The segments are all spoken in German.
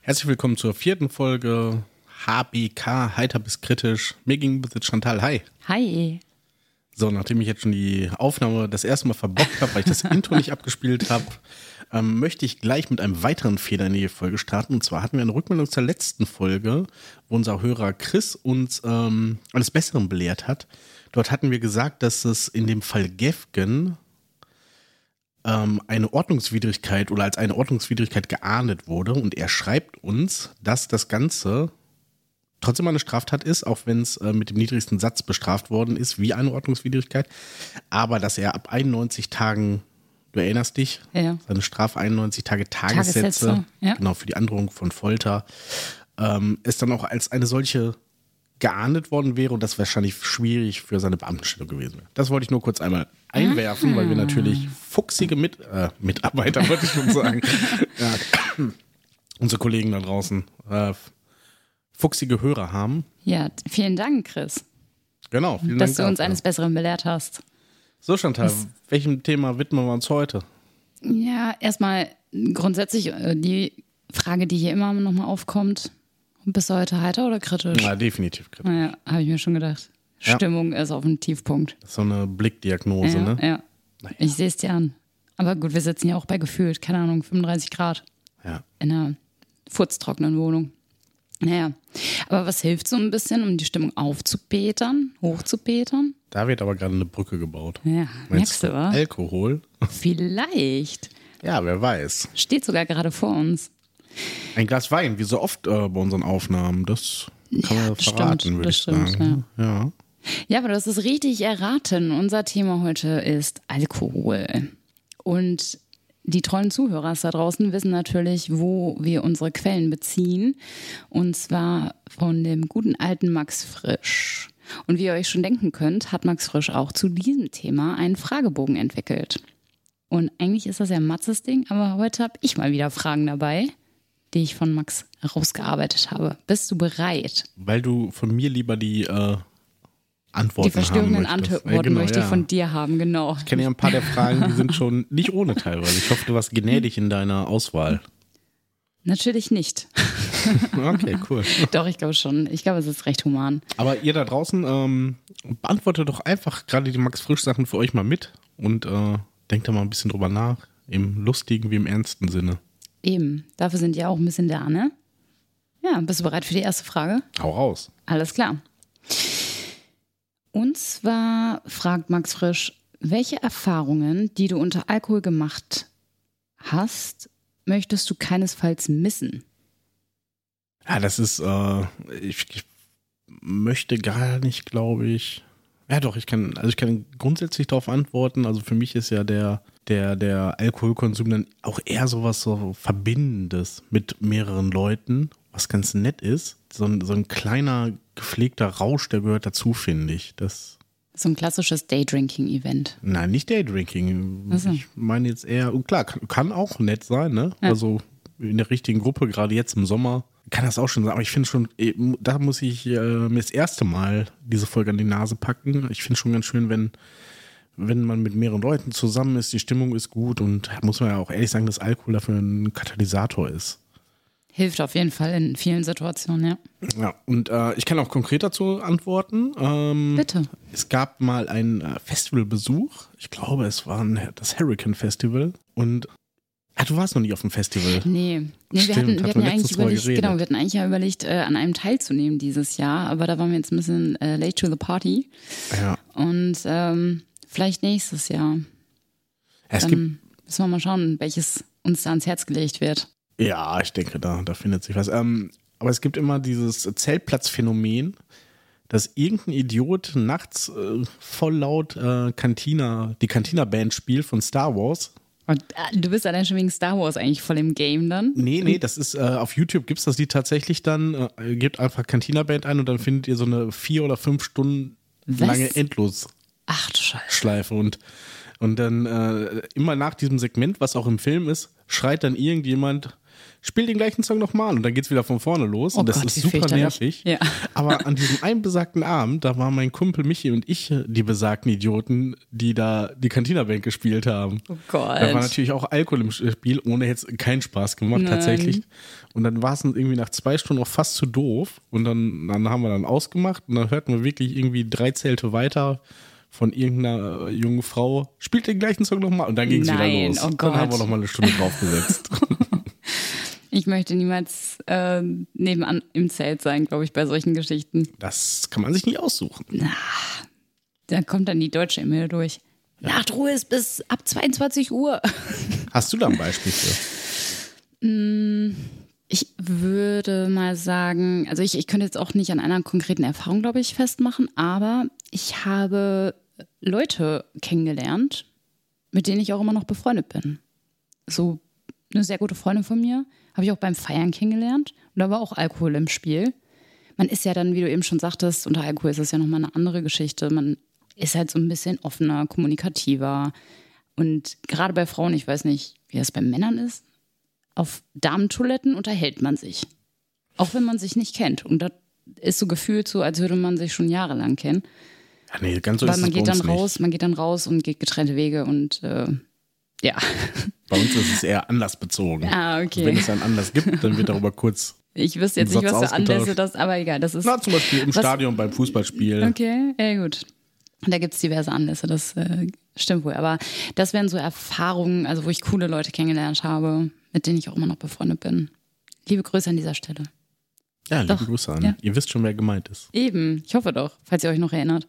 Herzlich willkommen zur 4. Folge HBK, heiter bis kritisch. Mir gegenüber sitzt Chantal, hi. Hi. So, nachdem ich jetzt schon die Aufnahme das erste Mal verbockt habe, weil ich das Intro nicht abgespielt habe, möchte ich gleich mit einem weiteren Fehler in die Folge starten. Und zwar hatten wir eine Rückmeldung zur letzten Folge, wo unser Hörer Chris uns eines Besseren belehrt hat. Dort hatten wir gesagt, dass es in dem Fall Gefgen eine Ordnungswidrigkeit oder als eine Ordnungswidrigkeit geahndet wurde. Und er schreibt uns, dass das Ganze trotzdem eine Straftat ist, auch wenn es mit dem niedrigsten Satz bestraft worden ist, wie eine Ordnungswidrigkeit. Aber dass er ab 91 Tagen, du erinnerst dich, seine Strafe 91 Tage Tagessätze, ja. Genau, für die Androhung von Folter, es dann auch als eine solche geahndet worden wäre und das wahrscheinlich schwierig für seine Beamtenstellung gewesen wäre. Das wollte ich nur kurz einmal einwerfen, weil wir natürlich fuchsige Mitarbeiter, wollte ich schon sagen, ja, unsere Kollegen da draußen, fuchsige Hörer haben. Ja, vielen Dank, Chris. Genau, vielen Dank. Dass du uns eines Besseren belehrt hast. So, Chantal, welchem Thema widmen wir uns heute? Ja, erstmal grundsätzlich die Frage, die hier immer noch mal aufkommt. Bist du heute heiter oder kritisch? Ja, definitiv kritisch. Ja, habe ich mir schon gedacht. Ja. Stimmung ist auf dem Tiefpunkt. Das ist so eine Blickdiagnose, ja, ne? Ja, naja. Ich sehe es dir an. Aber gut, wir sitzen ja auch bei gefühlt, keine Ahnung, 35 Grad. Ja. In einer furztrockenen Wohnung. Naja, aber was hilft so ein bisschen, um die Stimmung aufzupetern, hochzupetern? Da wird aber gerade eine Brücke gebaut. Ja, merkst du, wa? Alkohol? Vielleicht. Ja, wer weiß. Steht sogar gerade vor uns. Ein Glas Wein, wie so oft bei unseren Aufnahmen, das kann man verraten, würde ich sagen. Ja. Ja, aber du hast es richtig erraten. Unser Thema heute ist Alkohol. Und die treuen Zuhörer da draußen wissen natürlich, wo wir unsere Quellen beziehen. Und zwar von dem guten alten Max Frisch. Und wie ihr euch schon denken könnt, hat Max Frisch auch zu diesem Thema einen Fragebogen entwickelt. Und eigentlich ist das ja Matzes Ding, aber heute habe ich mal wieder Fragen dabei, die ich von Max rausgearbeitet habe. Bist du bereit? Weil du von mir lieber die Antworten die verstörenden haben möchtest. Antworten möchte ich von dir haben, genau. Ich kenne ja ein paar der Fragen, die sind schon nicht ohne teilweise. Ich hoffe, du warst gnädig in deiner Auswahl. Natürlich nicht. Okay, cool. Doch, ich glaube schon. Ich glaube, es ist recht human. Aber ihr da draußen, beantwortet doch einfach gerade die Max-Frisch-Sachen für euch mal mit und denkt da mal ein bisschen drüber nach, im lustigen wie im ernsten Sinne. Eben, dafür sind ja auch ein bisschen da, ne? Ja, bist du bereit für die erste Frage? Hau raus. Alles klar. Und zwar fragt Max Frisch, welche Erfahrungen, die du unter Alkohol gemacht hast, möchtest du keinesfalls missen? Ja, das ist, ich möchte gar nicht, glaube ich. Ja doch, ich kann grundsätzlich darauf antworten. Also für mich ist ja der Alkoholkonsum dann auch eher sowas so Verbindendes mit mehreren Leuten, was ganz nett ist. So ein kleiner, gepflegter Rausch, der gehört dazu, finde ich. So ein klassisches Daydrinking-Event. Nein, nicht Daydrinking. Also. Ich meine jetzt eher, klar, kann auch nett sein, ne? Ja. Also in der richtigen Gruppe, gerade jetzt im Sommer, kann das auch schon sein. Aber ich finde schon, da muss ich mir das erste Mal diese Folge an die Nase packen. Ich finde schon ganz schön, wenn man mit mehreren Leuten zusammen ist, die Stimmung ist gut und muss man ja auch ehrlich sagen, dass Alkohol dafür ein Katalysator ist. Hilft auf jeden Fall in vielen Situationen, ja. Ja, und ich kann auch konkret dazu antworten. Bitte. Es gab mal einen Festivalbesuch. Ich glaube, es war das Hurricane Festival. Und du warst noch nie auf dem Festival. Nee, Stimmt, wir hatten ja eigentlich überlegt, an einem teilzunehmen dieses Jahr, aber da waren wir jetzt ein bisschen late to the party. Ja. Und vielleicht nächstes Jahr. Müssen wir mal schauen, welches uns da ans Herz gelegt wird. Ja, ich denke, da findet sich was. Aber es gibt immer dieses Zeltplatzphänomen, dass irgendein Idiot nachts voll laut die Cantina-Band spielt von Star Wars. Und du bist allein schon wegen Star Wars eigentlich voll im Game dann? Nee, das ist, auf YouTube gibt es das Lied tatsächlich dann, gebt einfach Cantina-Band ein und dann findet ihr so eine 4 oder 5 Stunden lange Endlos-Schleife. Und dann immer nach diesem Segment, was auch im Film ist, schreit dann irgendjemand, spiel den gleichen Song nochmal und dann geht's wieder von vorne los und das Gott, ist wie super fürchterlich. nervig. Ja. Aber an diesem einen besagten Abend, da waren mein Kumpel Michi und ich die besagten Idioten, die da die Cantina-Band gespielt haben. Oh Gott. Da war natürlich auch Alkohol im Spiel, ohne jetzt keinen Spaß gemacht, Nein. tatsächlich. Und dann war es irgendwie nach 2 Stunden auch fast zu doof. Und dann haben wir dann ausgemacht und dann hörten wir wirklich irgendwie 3 Zelte weiter von irgendeiner jungen Frau, spielt den gleichen Song nochmal und dann ging es wieder los. Oh Gott. Dann haben wir nochmal eine Stunde draufgesetzt. Ich möchte niemals nebenan im Zelt sein, glaube ich, bei solchen Geschichten. Das kann man sich nicht aussuchen. Da kommt dann die deutsche Emil durch. Nachtruhe ist bis ab 22 Uhr. Hast du da ein Beispiel für? Ich würde mal sagen, also ich könnte jetzt auch nicht an einer konkreten Erfahrung, glaube ich, festmachen, aber ich habe Leute kennengelernt, mit denen ich auch immer noch befreundet bin. So eine sehr gute Freundin von mir habe ich auch beim Feiern kennengelernt und da war auch Alkohol im Spiel. Man ist ja dann, wie du eben schon sagtest, unter Alkohol ist das ja nochmal eine andere Geschichte. Man ist halt so ein bisschen offener, kommunikativer und gerade bei Frauen, ich weiß nicht, wie das bei Männern ist, auf Damentoiletten unterhält man sich. Auch wenn man sich nicht kennt. Und das ist so gefühlt so, als würde man sich schon jahrelang kennen. Ja, nee, ganz so Weil ist man es geht bei dann uns raus, nicht. man geht dann raus und geht getrennte Wege und ja. Bei uns ist es eher anlassbezogen. Ah, okay. Wenn es einen Anlass gibt, dann wird darüber kurz Ich wüsste jetzt nicht, Satz was für Anlässe ausgetauscht. das, aber egal, das ist. Na, zum Beispiel im Stadion beim Fußballspiel. Okay, ja gut. Da gibt es diverse Anlässe, das stimmt wohl. Aber das wären so Erfahrungen, also wo ich coole Leute kennengelernt habe, mit denen ich auch immer noch befreundet bin. Liebe Grüße an dieser Stelle. Ja, liebe Doch, Grüße an. ja. Ihr wisst schon, wer gemeint ist. Eben, ich hoffe doch, falls ihr euch noch erinnert.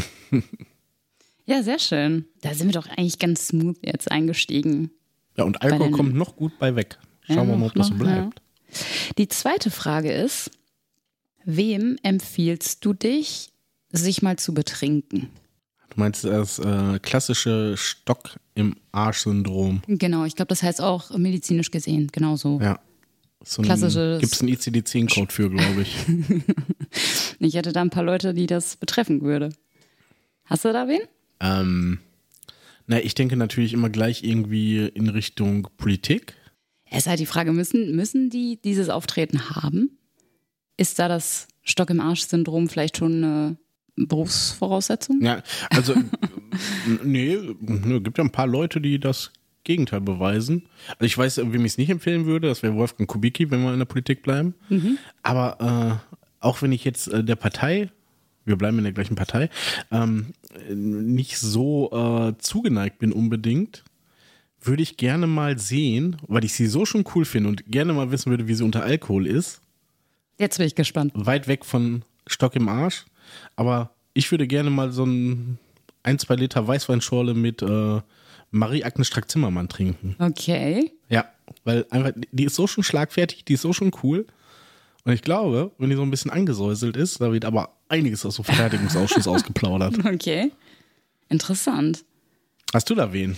Ja, sehr schön. Da sind wir doch eigentlich ganz smooth jetzt eingestiegen. Ja, und Alkohol den- kommt noch gut bei weg. Schauen wir mal, ob das so noch, bleibt. ja. Die zweite Frage ist, wem empfiehlst du dich, sich mal zu betrinken? Du meinst das klassische Stock im Arsch-Syndrom. Genau, ich glaube, das heißt auch medizinisch gesehen, genauso. Ja. So Klassisches- Gibt es einen ICD-10-Code für, glaube ich. Ich hätte da ein paar Leute, die das betreffen würde. Hast du da wen? Na, ich denke natürlich immer gleich irgendwie in Richtung Politik. Es ist halt die Frage, müssen die dieses Auftreten haben? Ist da das Stock im Arsch-Syndrom vielleicht schon eine Berufsvoraussetzung? Ja, also, nee, gibt ja ein paar Leute, die das Gegenteil beweisen. Also ich weiß, wem ich es nicht empfehlen würde, das wäre Wolfgang Kubicki, wenn wir in der Politik bleiben. Aber auch wenn ich jetzt der Partei, wir bleiben in der gleichen Partei, nicht so zugeneigt bin unbedingt, würde ich gerne mal sehen, weil ich sie so schon cool finde und gerne mal wissen würde, wie sie unter Alkohol ist, Jetzt bin ich gespannt. weit weg von Stock im Arsch, aber ich würde gerne mal so ein 2 Liter Weißweinschorle mit Marie-Agnes Strack-Zimmermann trinken. Okay. Ja, weil einfach, die ist so schon schlagfertig, die ist so schon cool. Und ich glaube, wenn die so ein bisschen angesäuselt ist, da wird aber einiges aus dem Verteidigungsausschuss ausgeplaudert. Okay. Interessant. Hast du da wen?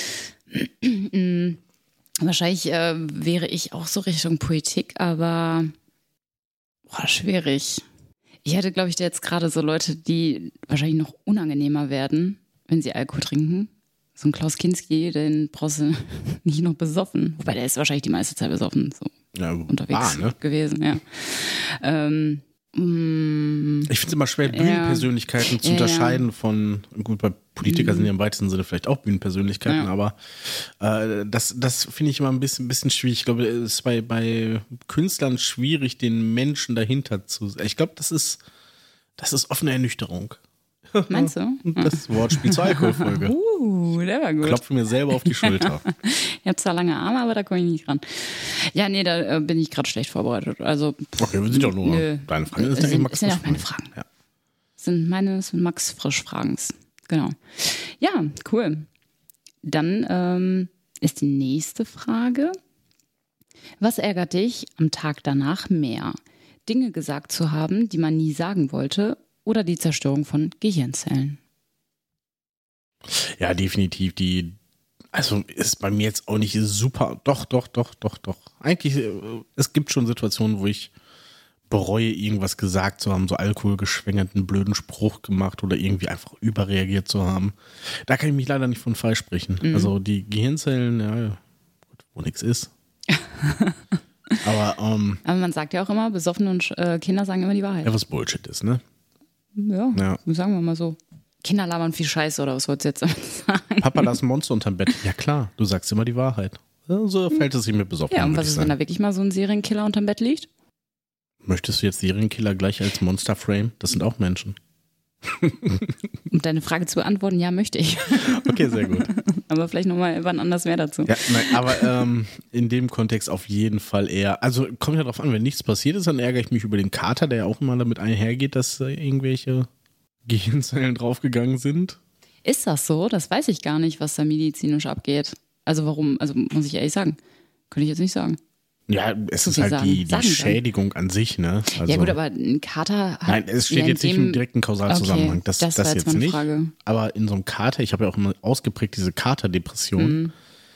Wahrscheinlich wäre ich auch so Richtung Politik, aber schwierig. Ich hätte, glaube ich, jetzt gerade so Leute, die wahrscheinlich noch unangenehmer werden, wenn sie Alkohol trinken. So ein Klaus Kinski, den brauchst du nicht noch besoffen. Wobei der ist wahrscheinlich die meiste Zeit besoffen so Ja, unterwegs ne? gewesen, ja. Ich finde es immer schwer, Bühnenpersönlichkeiten zu Ja, unterscheiden von, gut, bei Politiker sind ja im weitesten Sinne vielleicht auch Bühnenpersönlichkeiten, Ja. aber das finde ich immer ein bisschen schwierig. Ich glaube, es ist bei Künstlern schwierig, den Menschen dahinter zu. Ich glaube, das ist offene Ernüchterung. Meinst du? Und das Wortspiel zur Alkoholfolge. Der war gut. Klopfe mir selber auf die Schulter. Ich habe zwar lange Arme, aber da komme ich nicht ran. Ja, nee, da bin ich gerade schlecht vorbereitet. Also, Okay, wir sind ja nur Nö. deine Fragen. Das sind ja Max auch meine Frisch Fragen. Ja. sind Max Frisch-Fragens. Genau. Ja, cool. Dann ist die nächste Frage. Was ärgert dich am Tag danach mehr? Dinge gesagt zu haben, die man nie sagen wollte, oder die Zerstörung von Gehirnzellen? Ja, definitiv. Also ist bei mir jetzt auch nicht super. Doch. Eigentlich, es gibt schon Situationen, wo ich bereue, irgendwas gesagt zu haben, so alkoholgeschwängerten blöden Spruch gemacht oder irgendwie einfach überreagiert zu haben. Da kann ich mich leider nicht von freisprechen. Also die Gehirnzellen, ja, gut, wo nichts ist. Aber man sagt ja auch immer, besoffene und Kinder sagen immer die Wahrheit. ja, was Bullshit ist, ne? Ja, sagen wir mal so. Kinder labern viel Scheiße oder was wolltest du jetzt sagen? Papa, da ist ein Monster unterm Bett. Ja klar, du sagst immer die Wahrheit. So fällt es sich mit besoffen. Ja, und was ist, wenn da wirklich mal so ein Serienkiller unterm Bett liegt? Möchtest du jetzt Serienkiller gleich als Monster frame? Das sind auch Menschen. Um deine Frage zu beantworten, ja, möchte ich. Okay, sehr gut. Aber vielleicht nochmal wann anders mehr dazu. Ja, nein, aber in dem Kontext auf jeden Fall eher, also kommt ja drauf an, wenn nichts passiert ist, dann ärgere ich mich über den Kater, der ja auch immer damit einhergeht, dass irgendwelche Gehirnzellen draufgegangen sind. Ist das so? Das weiß ich gar nicht, was da medizinisch abgeht. Also warum? Also muss ich ehrlich sagen, könnte ich jetzt nicht sagen. Ja, es So ist viel halt die sagen Schädigung an sich, ne? Also, ja gut, aber ein Kater hat... nein, es steht ja, jetzt nicht im direkten Kausalzusammenhang. Okay, Das war jetzt meine nicht. Frage. Aber in so einem Kater, ich habe ja auch immer ausgeprägt diese Katerdepression,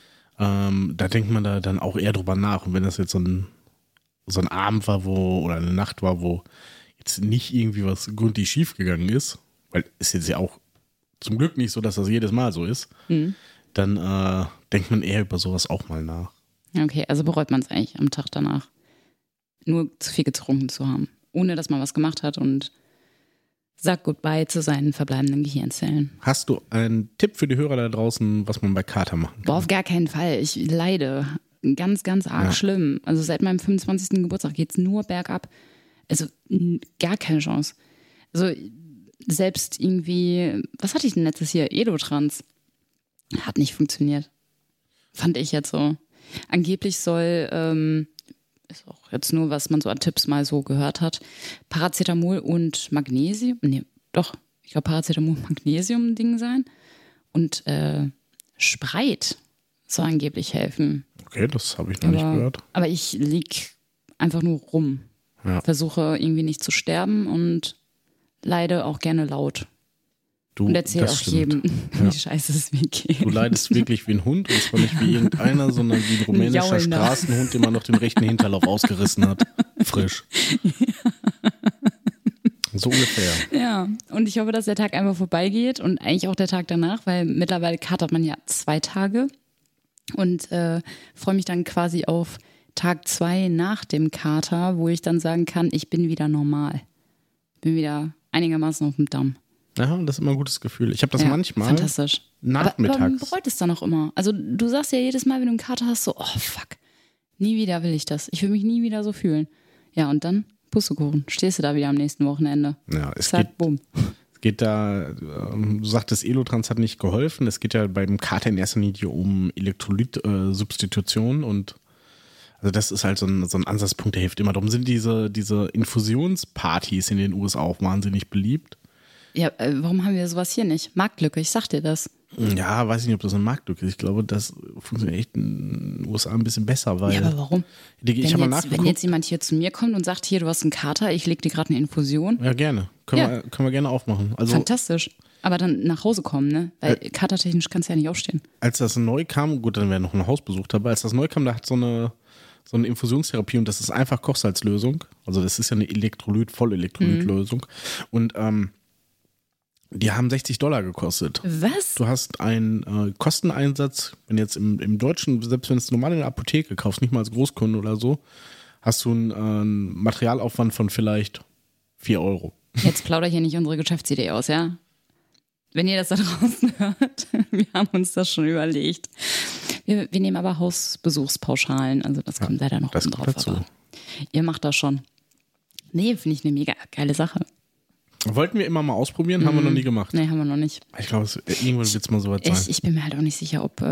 da denkt man da dann auch eher drüber nach. Und wenn das jetzt so ein Abend war, oder eine Nacht war, wo jetzt nicht irgendwie was gründlich schiefgegangen ist, weil es jetzt ja auch zum Glück nicht so, dass das jedes Mal so ist, dann denkt man eher über sowas auch mal nach. Okay, also bereut man es eigentlich am Tag danach, nur zu viel getrunken zu haben, ohne dass man was gemacht hat und sagt Goodbye zu seinen verbleibenden Gehirnzellen. Hast du einen Tipp für die Hörer da draußen, was man bei Kater machen kann? Boah, auf gar keinen Fall. Ich leide ganz, ganz arg schlimm. Also seit meinem 25. Geburtstag geht es nur bergab. Also gar keine Chance. Also selbst irgendwie, was hatte ich denn letztes Jahr? Edotrans. Hat nicht funktioniert. Fand ich jetzt so. Angeblich soll, ist auch jetzt nur, was man so an Tipps mal so gehört hat, Paracetamol und Magnesium, nee, doch, ich glaube Paracetamol und Magnesium ein Ding sein. Und Spreit soll angeblich helfen. Okay, das habe ich noch nicht gehört. Aber ich lieg einfach nur rum. Ja. Versuche irgendwie nicht zu sterben und leide auch gerne laut. Und erzähle auch jedem, wie scheiße es mir geht. Du leidest wirklich wie ein Hund, und zwar nicht wie irgendeiner, sondern wie ein rumänischer Jaulender Straßenhund, dem man noch den rechten Hinterlauf ausgerissen hat. Frisch. So ungefähr. Ja, und ich hoffe, dass der Tag einfach vorbeigeht und eigentlich auch der Tag danach, weil mittlerweile katert man ja 2 Tage und freue mich dann quasi auf Tag 2 nach dem Kater, wo ich dann sagen kann, ich bin wieder normal. Bin wieder einigermaßen auf dem Damm. Ja, das ist immer ein gutes Gefühl. Ich habe das manchmal fantastisch. nachmittags. Aber man bereut es dann auch immer. Also du sagst ja jedes Mal, wenn du einen Kater hast, so, oh fuck, nie wieder will ich das. Ich will mich nie wieder so fühlen. Ja, und dann Pustekuchen. Stehst du da wieder am nächsten Wochenende. Ja, es Zack, bumm. geht da, du sagtest, Elotrans hat nicht geholfen. Es geht ja beim Kater in erster Linie um Elektrolytsubstitution und also das ist halt so ein Ansatzpunkt, der hilft immer. Darum sind diese Infusionspartys in den USA auch wahnsinnig beliebt. Ja, warum haben wir sowas hier nicht? Marktlücke, ich sag dir das. Ja, weiß ich nicht, ob das eine Marktlücke ist. Ich glaube, das funktioniert echt in den USA ein bisschen besser, weil. Ja, aber warum? Ich habe mal nachgeguckt. Wenn jetzt jemand hier zu mir kommt und sagt, hier, du hast einen Kater, ich leg dir gerade eine Infusion. Ja, gerne. Können wir gerne aufmachen. Also, fantastisch. Aber dann nach Hause kommen, ne? Weil katertechnisch kannst du ja nicht aufstehen. Als das neu kam, gut, dann wäre noch ein Hausbesuch dabei. Als das neu kam, da hat so eine Infusionstherapie und das ist einfach Kochsalzlösung. Also das ist ja eine Vollelektrolytlösung. Und die haben $60 gekostet. Was? Du hast einen Kosteneinsatz, wenn jetzt im Deutschen, selbst wenn es normal in der Apotheke kaufst, nicht mal als Großkunde oder so, hast du einen Materialaufwand von vielleicht 4 Euro. Jetzt plauder hier nicht unsere Geschäftsidee aus, ja? Wenn ihr das da draußen hört, wir haben uns das schon überlegt. Wir nehmen aber Hausbesuchspauschalen, also das kommt leider noch oben drauf. Dazu. Aber ihr macht das schon. Nee, finde ich eine mega geile Sache. Wollten wir immer mal ausprobieren, haben wir noch nie gemacht. Nee, haben wir noch nicht. Ich glaube, irgendwann wird es mal so weit sein. Ich bin mir halt auch nicht sicher, ob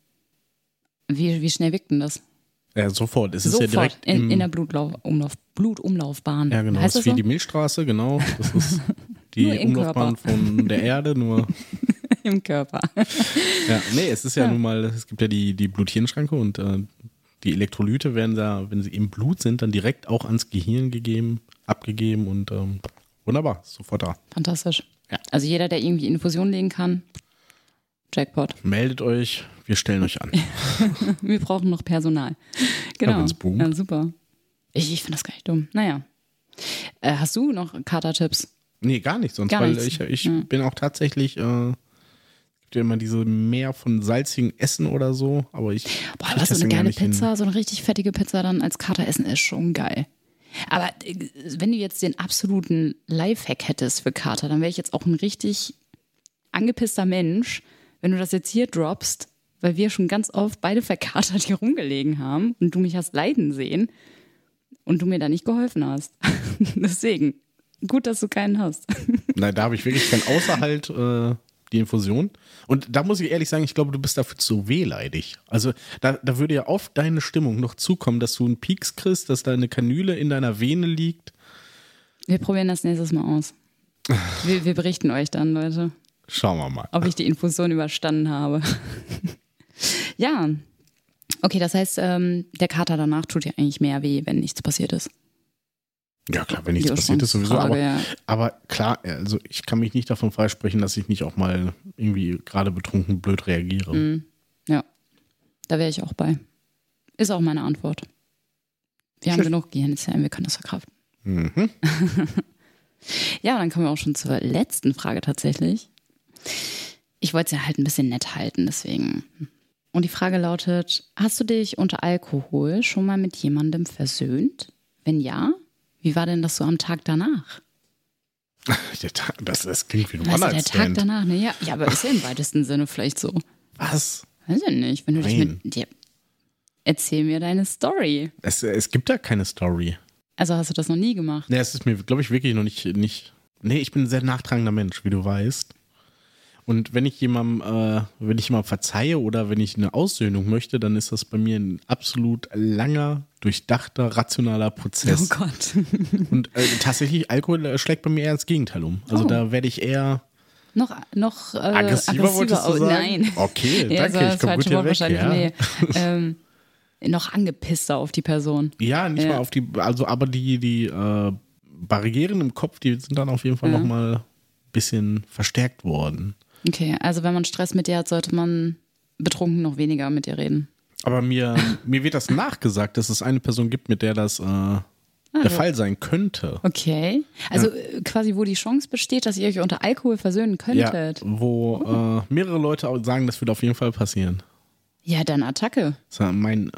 wie schnell wirkt denn das? Ja, sofort. Es sofort ist ja direkt in der Blutumlaufbahn. Ja, genau. Heißt Das ist das wie so? die Milchstraße, genau. Das ist die Nur im Umlaufbahn Körper. von der Erde, nur. Im Körper. Ja, nee, es ist ja nun mal, es gibt ja die Blut-Hirn-Schranke und die Elektrolyte werden da, wenn sie im Blut sind, dann direkt auch ans Gehirn abgegeben und wunderbar, sofort da. Fantastisch. Ja. Also jeder, der irgendwie Infusion legen kann, Jackpot. Meldet euch, wir stellen euch an. Wir brauchen noch Personal. Genau. wenn's boomt. Ja, super. Ich finde das gar nicht dumm. Naja. Hast du noch Kater-Tipps? Nee, gar nicht sonst, Gar weil nichts. ich bin auch tatsächlich, Ja, immer diese mehr von salzigen Essen oder so, aber Boah, was, so eine geile Pizza, so eine richtig fettige Pizza dann als Kater essen ist schon geil. Aber wenn du jetzt den absoluten Lifehack hättest für Kater, dann wäre ich jetzt auch ein richtig angepisster Mensch, wenn du das jetzt hier droppst, weil wir schon ganz oft beide verkatert hier rumgelegen haben und du mich hast leiden sehen und du mir da nicht geholfen hast. Deswegen, gut, dass du keinen hast. Nein, da habe ich wirklich keinen außer die Infusion. Und da muss ich ehrlich sagen, ich glaube, du bist dafür zu wehleidig. Also da würde ja auf deine Stimmung noch zukommen, dass du einen Pieks kriegst, dass da eine Kanüle in deiner Vene liegt. Wir probieren das nächstes Mal aus. Wir berichten euch dann, Leute. Schauen wir mal. Ob ich die Infusion überstanden habe. Ja. Okay, das heißt, der Kater danach tut ja eigentlich mehr weh, wenn nichts passiert ist. Ja klar, wenn nichts passiert ist sowieso, aber klar, also ich kann mich nicht davon freisprechen, dass ich nicht auch mal irgendwie gerade betrunken blöd reagiere. Ja, da wäre ich auch bei. Ist auch meine Antwort. Wir haben genug Gehirnzellen, wir können das verkraften. Mhm. Ja, dann kommen wir auch schon zur letzten Frage tatsächlich. Ich wollte es ja halt ein bisschen nett halten, deswegen. Und die Frage lautet, hast du dich unter Alkohol schon mal mit jemandem versöhnt? Wenn ja, wie war denn das so am Tag danach? Das klingt wie ein One-Night-Stand. Der Tag danach, ne? Ja, aber ist ja im weitesten Sinne vielleicht so. Was? Weiß ich nicht. Wenn du dich mit dir... Erzähl mir deine Story. Es gibt da keine Story. Also hast du das noch nie gemacht? Nee, es ist mir, glaube ich, wirklich noch nicht... Nee, ich bin ein sehr nachtragender Mensch, wie du weißt. Und wenn ich jemandem verzeihe oder wenn ich eine Aussöhnung möchte, dann ist das bei mir ein absolut langer, durchdachter, rationaler Prozess. Oh Gott. Und tatsächlich, Alkohol schlägt bei mir eher ins Gegenteil um. Also da werde ich eher noch aggressiver wolltest du sagen? Nein. Okay, ja, danke, ich komme gut hier weg. Ja. Nee. Noch angepisster auf die Person. Ja, nicht mal auf die, also aber die Barrieren im Kopf, die sind dann auf jeden Fall nochmal ein bisschen verstärkt worden. Okay, also wenn man Stress mit dir hat, sollte man betrunken noch weniger mit dir reden. Aber mir wird das nachgesagt, dass es eine Person gibt, mit der das der Fall sein könnte. Okay, also quasi wo die Chance besteht, dass ihr euch unter Alkohol versöhnen könntet. Ja, wo mehrere Leute auch sagen, das wird auf jeden Fall passieren. Ja, dann Attacke. Mein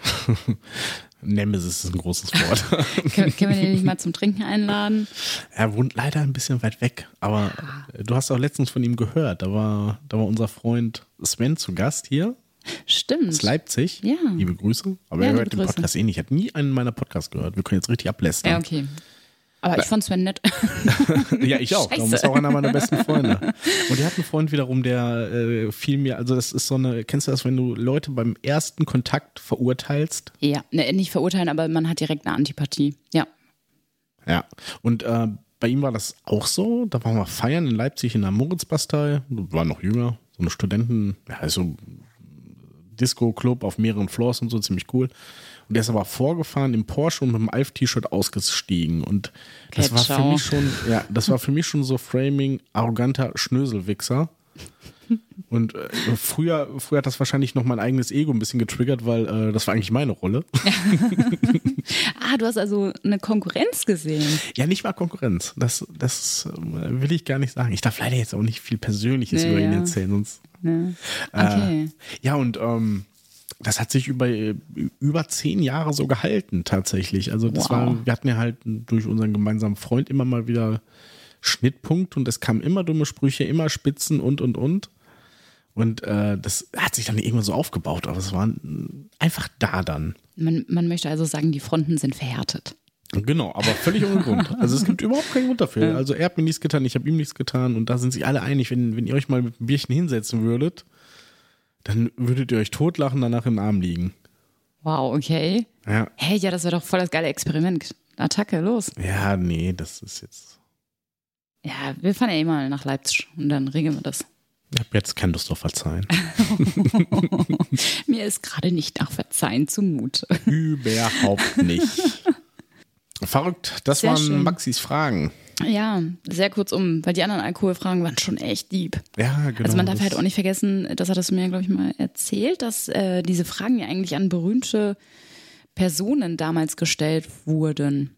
Nemesis ist ein großes Wort. Können wir den nicht mal zum Trinken einladen? Er wohnt leider ein bisschen weit weg, aber du hast auch letztens von ihm gehört. Da war unser Freund Sven zu Gast hier. Stimmt. Aus Leipzig. Ja. Liebe Grüße. Aber er hört den Podcast eh nicht. Er hat nie einen meiner Podcasts gehört. Wir können jetzt richtig ablästern. Ja, okay. Aber ich fand Sven nett. Ja, ich auch. Darum ist auch einer meiner besten Freunde. Und er hat einen Freund wiederum, der fiel mir, also das ist so eine, kennst du das, wenn du Leute beim ersten Kontakt verurteilst? Ja, nicht verurteilen, aber man hat direkt eine Antipathie. Ja. Ja, und bei ihm war das auch so. Da waren wir feiern in Leipzig in der Moritzbastei. Wir waren noch jünger, so eine so Disco-Club auf mehreren Floors und so, ziemlich cool. Und der ist aber vorgefahren im Porsche und mit dem Alf-T-Shirt ausgestiegen. Und das war für mich schon so Framing, arroganter Schnöselwichser. Und früher hat das wahrscheinlich noch mein eigenes Ego ein bisschen getriggert, weil das war eigentlich meine Rolle. Du hast also eine Konkurrenz gesehen. Ja, nicht mal Konkurrenz. Das will ich gar nicht sagen. Ich darf leider jetzt auch nicht viel Persönliches über ihn erzählen. Sonst, Okay. Ja, und das hat sich über 10 Jahre so gehalten tatsächlich. Also wir hatten ja halt durch unseren gemeinsamen Freund immer mal wieder Schnittpunkt und es kamen immer dumme Sprüche, immer Spitzen und. Und das hat sich dann irgendwann so aufgebaut, aber es war einfach da dann. Man möchte also sagen, die Fronten sind verhärtet. Genau, aber völlig ohne Grund. Also es gibt überhaupt keinen Grund dafür. Also er hat mir nichts getan, ich habe ihm nichts getan und da sind sich alle einig, wenn ihr euch mal mit einem Bierchen hinsetzen würdet, dann würdet ihr euch totlachen, danach im Arm liegen. Wow, okay. Ja. Hey, ja, das wäre doch voll das geile Experiment. Attacke, los. Ja, nee, das ist jetzt... Ja, wir fahren ja eh mal nach Leipzig und dann regeln wir das. Ich habe jetzt keine Lust auf Verzeihen. Mir ist gerade nicht nach Verzeihen zumute. Überhaupt nicht. Verrückt, das Sehr waren schön. Maxis Fragen. Ja, sehr kurzum, weil die anderen Alkoholfragen waren schon echt deep. Ja, genau. Also man darf halt auch nicht vergessen, das hattest du mir, glaube ich, mal erzählt, dass diese Fragen ja eigentlich an berühmte Personen damals gestellt wurden.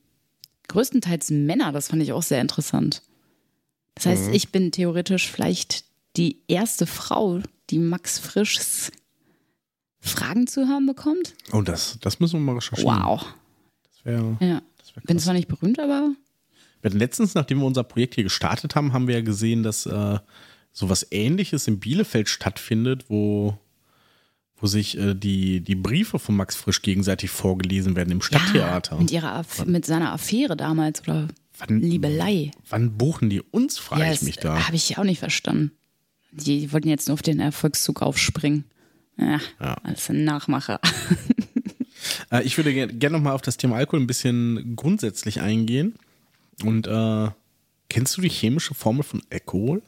Größtenteils Männer, das fand ich auch sehr interessant. Das heißt, ich bin theoretisch vielleicht die erste Frau, die Max Frischs Fragen zu hören bekommt. Oh, das müssen wir mal recherchieren. Wow. Das wäre Ja. Bin zwar nicht berühmt, aber... Wir hatten letztens, nachdem wir unser Projekt hier gestartet haben, haben wir ja gesehen, dass sowas Ähnliches in Bielefeld stattfindet, wo sich die Briefe von Max Frisch gegenseitig vorgelesen werden im Stadttheater. Ja, mit seiner Affäre damals oder Liebelei. Wann buchen die uns, frage ich mich da. Habe ich auch nicht verstanden. Die wollten jetzt nur auf den Erfolgszug aufspringen. Ja. Alles ein Nachmacher. Ich würde gerne nochmal auf das Thema Alkohol ein bisschen grundsätzlich eingehen. Und kennst du die chemische Formel von Alkohol?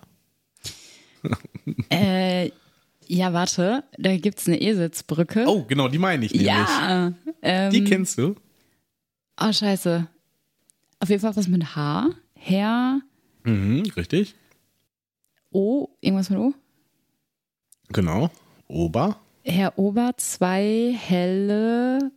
Ja, warte, da gibt es eine Eselsbrücke. Oh, genau, die meine ich nämlich. Ja. Die kennst du? Oh, scheiße. Auf jeden Fall was mit H. Herr. Richtig. O. Irgendwas mit O? Genau. Ober. Herr Ober, 2 helle,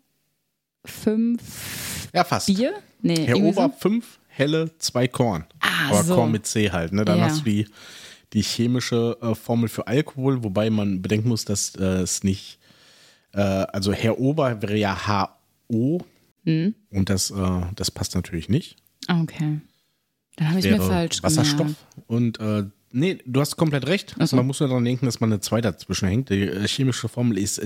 5 Ja, fast. Bier? Nee, Herr Ober, so? 5 helle, 2 Korn. Ah, Aber so. Korn mit C halt. Ne? Dann Ja. hast du die chemische Formel für Alkohol, wobei man bedenken muss, dass es nicht, also Herr Ober wäre ja HO und das passt natürlich nicht. Okay. Dann habe ich mir falsch Wasserstoff gemerkt. und nee, du hast komplett recht. Ach so. Man muss nur daran denken, dass man eine 2 dazwischen hängt. Die chemische Formel ist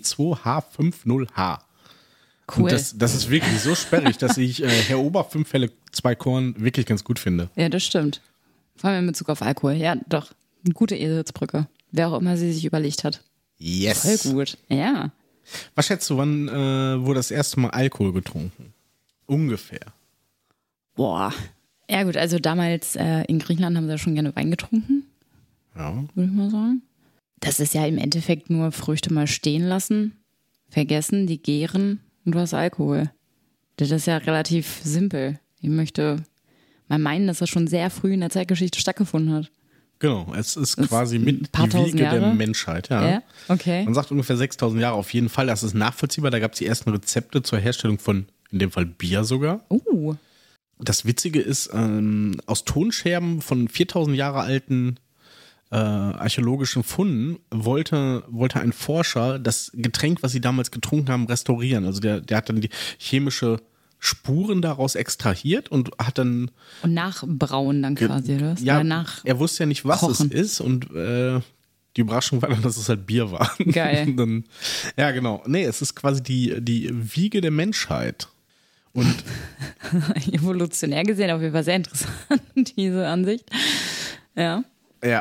C2H50H. Cool. Und das ist wirklich so sperrig, dass ich Herr Ober 5 Fälle 2 Korn wirklich ganz gut finde. Ja, das stimmt. Vor allem in Bezug auf Alkohol. Ja, doch. Eine gute Eselsbrücke. Wer auch immer sie sich überlegt hat. Yes. Voll gut. Ja. Was schätzt du, wann wurde das erste Mal Alkohol getrunken? Ungefähr. Boah. Ja gut, also damals in Griechenland haben sie ja schon gerne Wein getrunken, Ja. würde ich mal sagen. Das ist ja im Endeffekt nur Früchte mal stehen lassen, vergessen, die gären und du hast Alkohol. Das ist ja relativ simpel. Ich möchte mal meinen, dass das schon sehr früh in der Zeitgeschichte stattgefunden hat. Genau, es ist quasi mit ein paar die Wiege tausend Jahre? der Menschheit. Ja. Okay. Man sagt ungefähr 6000 Jahre auf jeden Fall. Das ist nachvollziehbar. Da gab es die ersten Rezepte zur Herstellung von, in dem Fall Bier sogar. Das Witzige ist, aus Tonscherben von 4000 Jahre alten archäologischen Funden wollte ein Forscher das Getränk, was sie damals getrunken haben, restaurieren. Also der hat dann die chemische Spuren daraus extrahiert und hat dann... Und nachbrauen dann quasi, oder? Ja, Oder er wusste ja nicht, was kochen. es ist und die Überraschung war dann, dass es halt Bier war. Geil. Dann, ja, genau. Nee, es ist quasi die Wiege der Menschheit. Und Evolutionär gesehen auf jeden Fall sehr interessant, diese Ansicht. Ja. ja.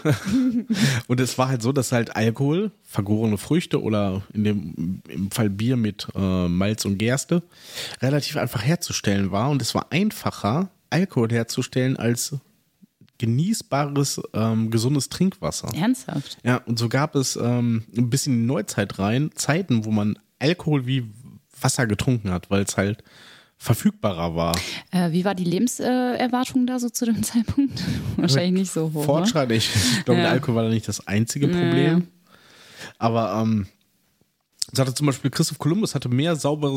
Und es war halt so, dass halt Alkohol, vergorene Früchte oder im Fall Bier mit Malz und Gerste relativ einfach herzustellen war. Und es war einfacher, Alkohol herzustellen als genießbares, gesundes Trinkwasser. Ernsthaft? Ja, und so gab es ein bisschen in die Neuzeit rein, Zeiten, wo man Alkohol wie Wasser getrunken hat, weil es halt verfügbarer war. Wie war die Lebenserwartung da so zu dem Zeitpunkt? Wahrscheinlich nicht so hoch. Fortschrittlich. Ich glaube, der Alkohol war da nicht das einzige Problem. Aber sagte zum Beispiel, Christoph Kolumbus hatte weniger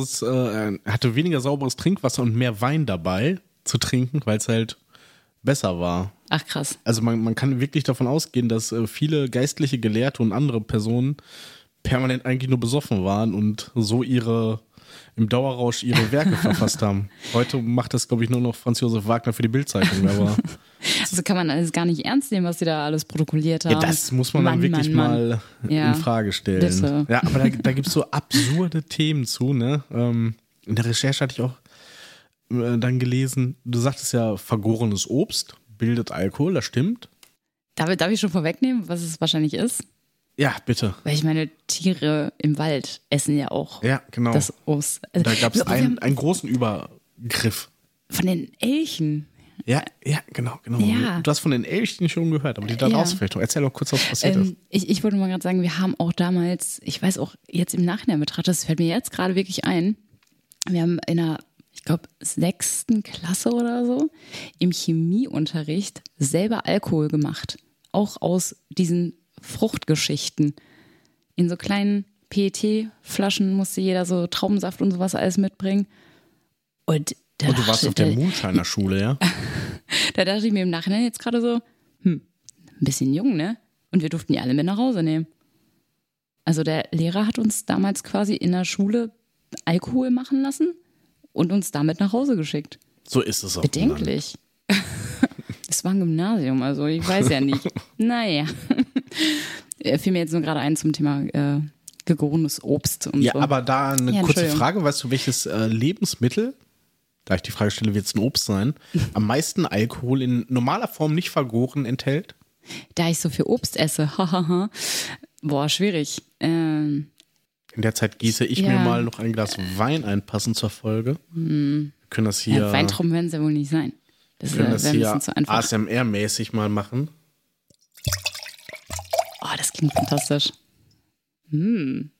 sauberes Trinkwasser und mehr Wein dabei zu trinken, weil es halt besser war. Ach krass. Also man kann wirklich davon ausgehen, dass viele geistliche Gelehrte und andere Personen permanent eigentlich nur besoffen waren und so im Dauerrausch ihre Werke verfasst haben. Heute macht das, glaube ich, nur noch Franz Josef Wagner für die Bildzeitung. Aber Also kann man alles gar nicht ernst nehmen, was die da alles protokolliert haben. ja, das muss man dann wirklich mal in Frage stellen. Bitte. Ja, aber da gibt es so absurde Themen zu. Ne? In der Recherche hatte ich auch dann gelesen, du sagtest ja, vergorenes Obst bildet Alkohol, das stimmt. Darf ich schon vorwegnehmen, was es wahrscheinlich ist? Ja, bitte. Weil ich meine, Tiere im Wald essen ja auch Ja, genau. das Obst. Also, Da gab es aber wir haben einen großen Übergriff. von den Elchen. Ja, genau. Ja. Du hast von den Elchen schon gehört, aber die da Ja. draußen vielleicht noch. Erzähl doch kurz, was passiert ist. Ich wollte mal gerade sagen, wir haben auch damals, ich weiß auch jetzt im Nachhinein betrachtet, das fällt mir jetzt gerade wirklich ein, wir haben in einer, ich glaube, 6. Klasse oder so, im Chemieunterricht selber Alkohol gemacht. Auch aus diesen Fruchtgeschichten. In so kleinen PET-Flaschen musste jeder so Traubensaft und sowas alles mitbringen. Und Und du warst auf der Moonshiner-Schule, ja? da dachte ich mir im Nachhinein jetzt gerade so, ein bisschen jung, ne? Und wir durften die alle mit nach Hause nehmen. Also der Lehrer hat uns damals quasi in der Schule Alkohol machen lassen und uns damit nach Hause geschickt. So ist es auch. Bedenklich. Es war ein Gymnasium, also ich weiß ja nicht. Naja. Fiel mir jetzt nur gerade ein zum Thema gegorenes Obst und ja, so. aber da eine kurze Entschuldigung. Frage. Weißt du, welches Lebensmittel, da ich die Frage stelle, wird es ein Obst sein, am meisten Alkohol in normaler Form nicht vergoren enthält? Da ich so viel Obst esse, hahaha. Boah, schwierig. In der Zeit gieße ich mir mal noch ein Glas Wein ein, passend zur Folge. Wir können das hier, Ja, Weintrauben werden es ja wohl nicht sein. Das können das wäre ein hier bisschen zu einfach. ASMR-mäßig mal machen. Oh, das klingt fantastisch. Sonst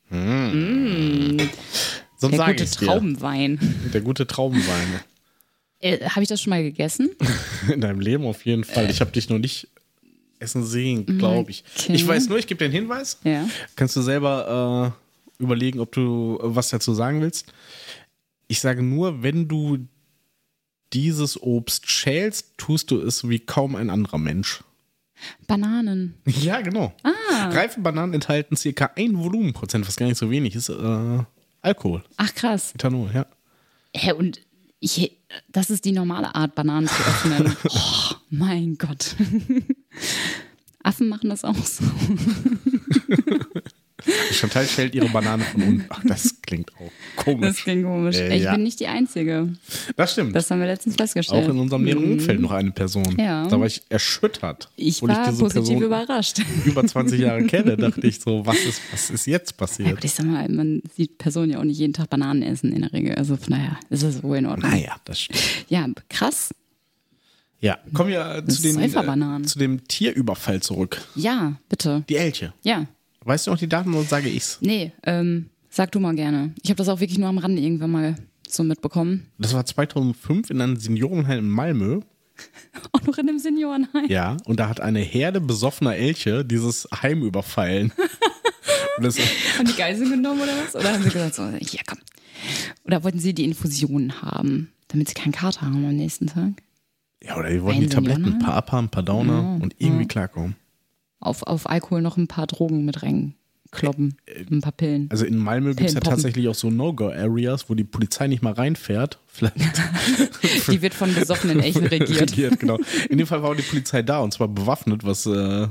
Der sage gute ich dir. Traubenwein. Der gute Traubenwein. Habe ich das schon mal gegessen? In deinem Leben auf jeden Fall. Ich habe dich noch nicht essen sehen, glaube ich. Okay. Ich weiß nur, ich gebe dir einen Hinweis. Ja. Kannst du selber überlegen, ob du was dazu sagen willst. Ich sage nur, wenn du dieses Obst schälst, tust du es wie kaum ein anderer Mensch. Bananen. Ja, genau. Reife Bananen enthalten ca. 1 Volumenprozent, was gar nicht so wenig ist, Alkohol. Ach krass. Ethanol, ja. Und das ist die normale Art, Bananen zu öffnen. Oh, mein Gott. Affen machen das auch so. Chantal schält ihre Banane von unten. Ach, das klingt auch komisch. Das klingt komisch. Ich ja. bin nicht die Einzige. Das stimmt. Das haben wir letztens festgestellt. Auch in unserem näheren Umfeld noch eine Person. Ja. Da war ich erschüttert. Ich Obwohl war diese positiv Person überrascht. über 20 Jahre kenne, dachte ich so, was ist jetzt Ja, passiert? gut, ich sag mal, man sieht Personen ja auch nicht jeden Tag Bananen essen in der Regel. Also von daher ist es wohl in Ordnung. Naja, das stimmt. Ja, krass. Ja, kommen wir Säuferbananen. zu dem Tierüberfall zurück. Ja, bitte. Die Elche. Ja. Weißt du noch die Daten, sonst sage ich's. Nee, sag du mal gerne. Ich habe das auch wirklich nur am Rande irgendwann mal so mitbekommen. Das war 2005 in einem Seniorenheim in Malmö. Auch noch in einem Seniorenheim. Ja, und da hat eine Herde besoffener Elche dieses Heim überfallen. Und das, Haben die Geiseln genommen oder was? Oder haben sie gesagt, so, ja komm. Oder wollten sie die Infusionen haben, damit sie keinen Kater haben am nächsten Tag? ja, oder die wollten die Tabletten, ein paar Upper, ein paar Downer und irgendwie klarkommen. Auf Alkohol noch ein paar Drogen mit reinkloppen. Ein paar Pillen. Also in Malmö gibt es ja Pillenpoppen. tatsächlich auch so No-Go-Areas, wo die Polizei nicht mal reinfährt. Vielleicht Die wird von besoffenen Elchen regiert. genau. In dem Fall war die Polizei da und zwar bewaffnet, was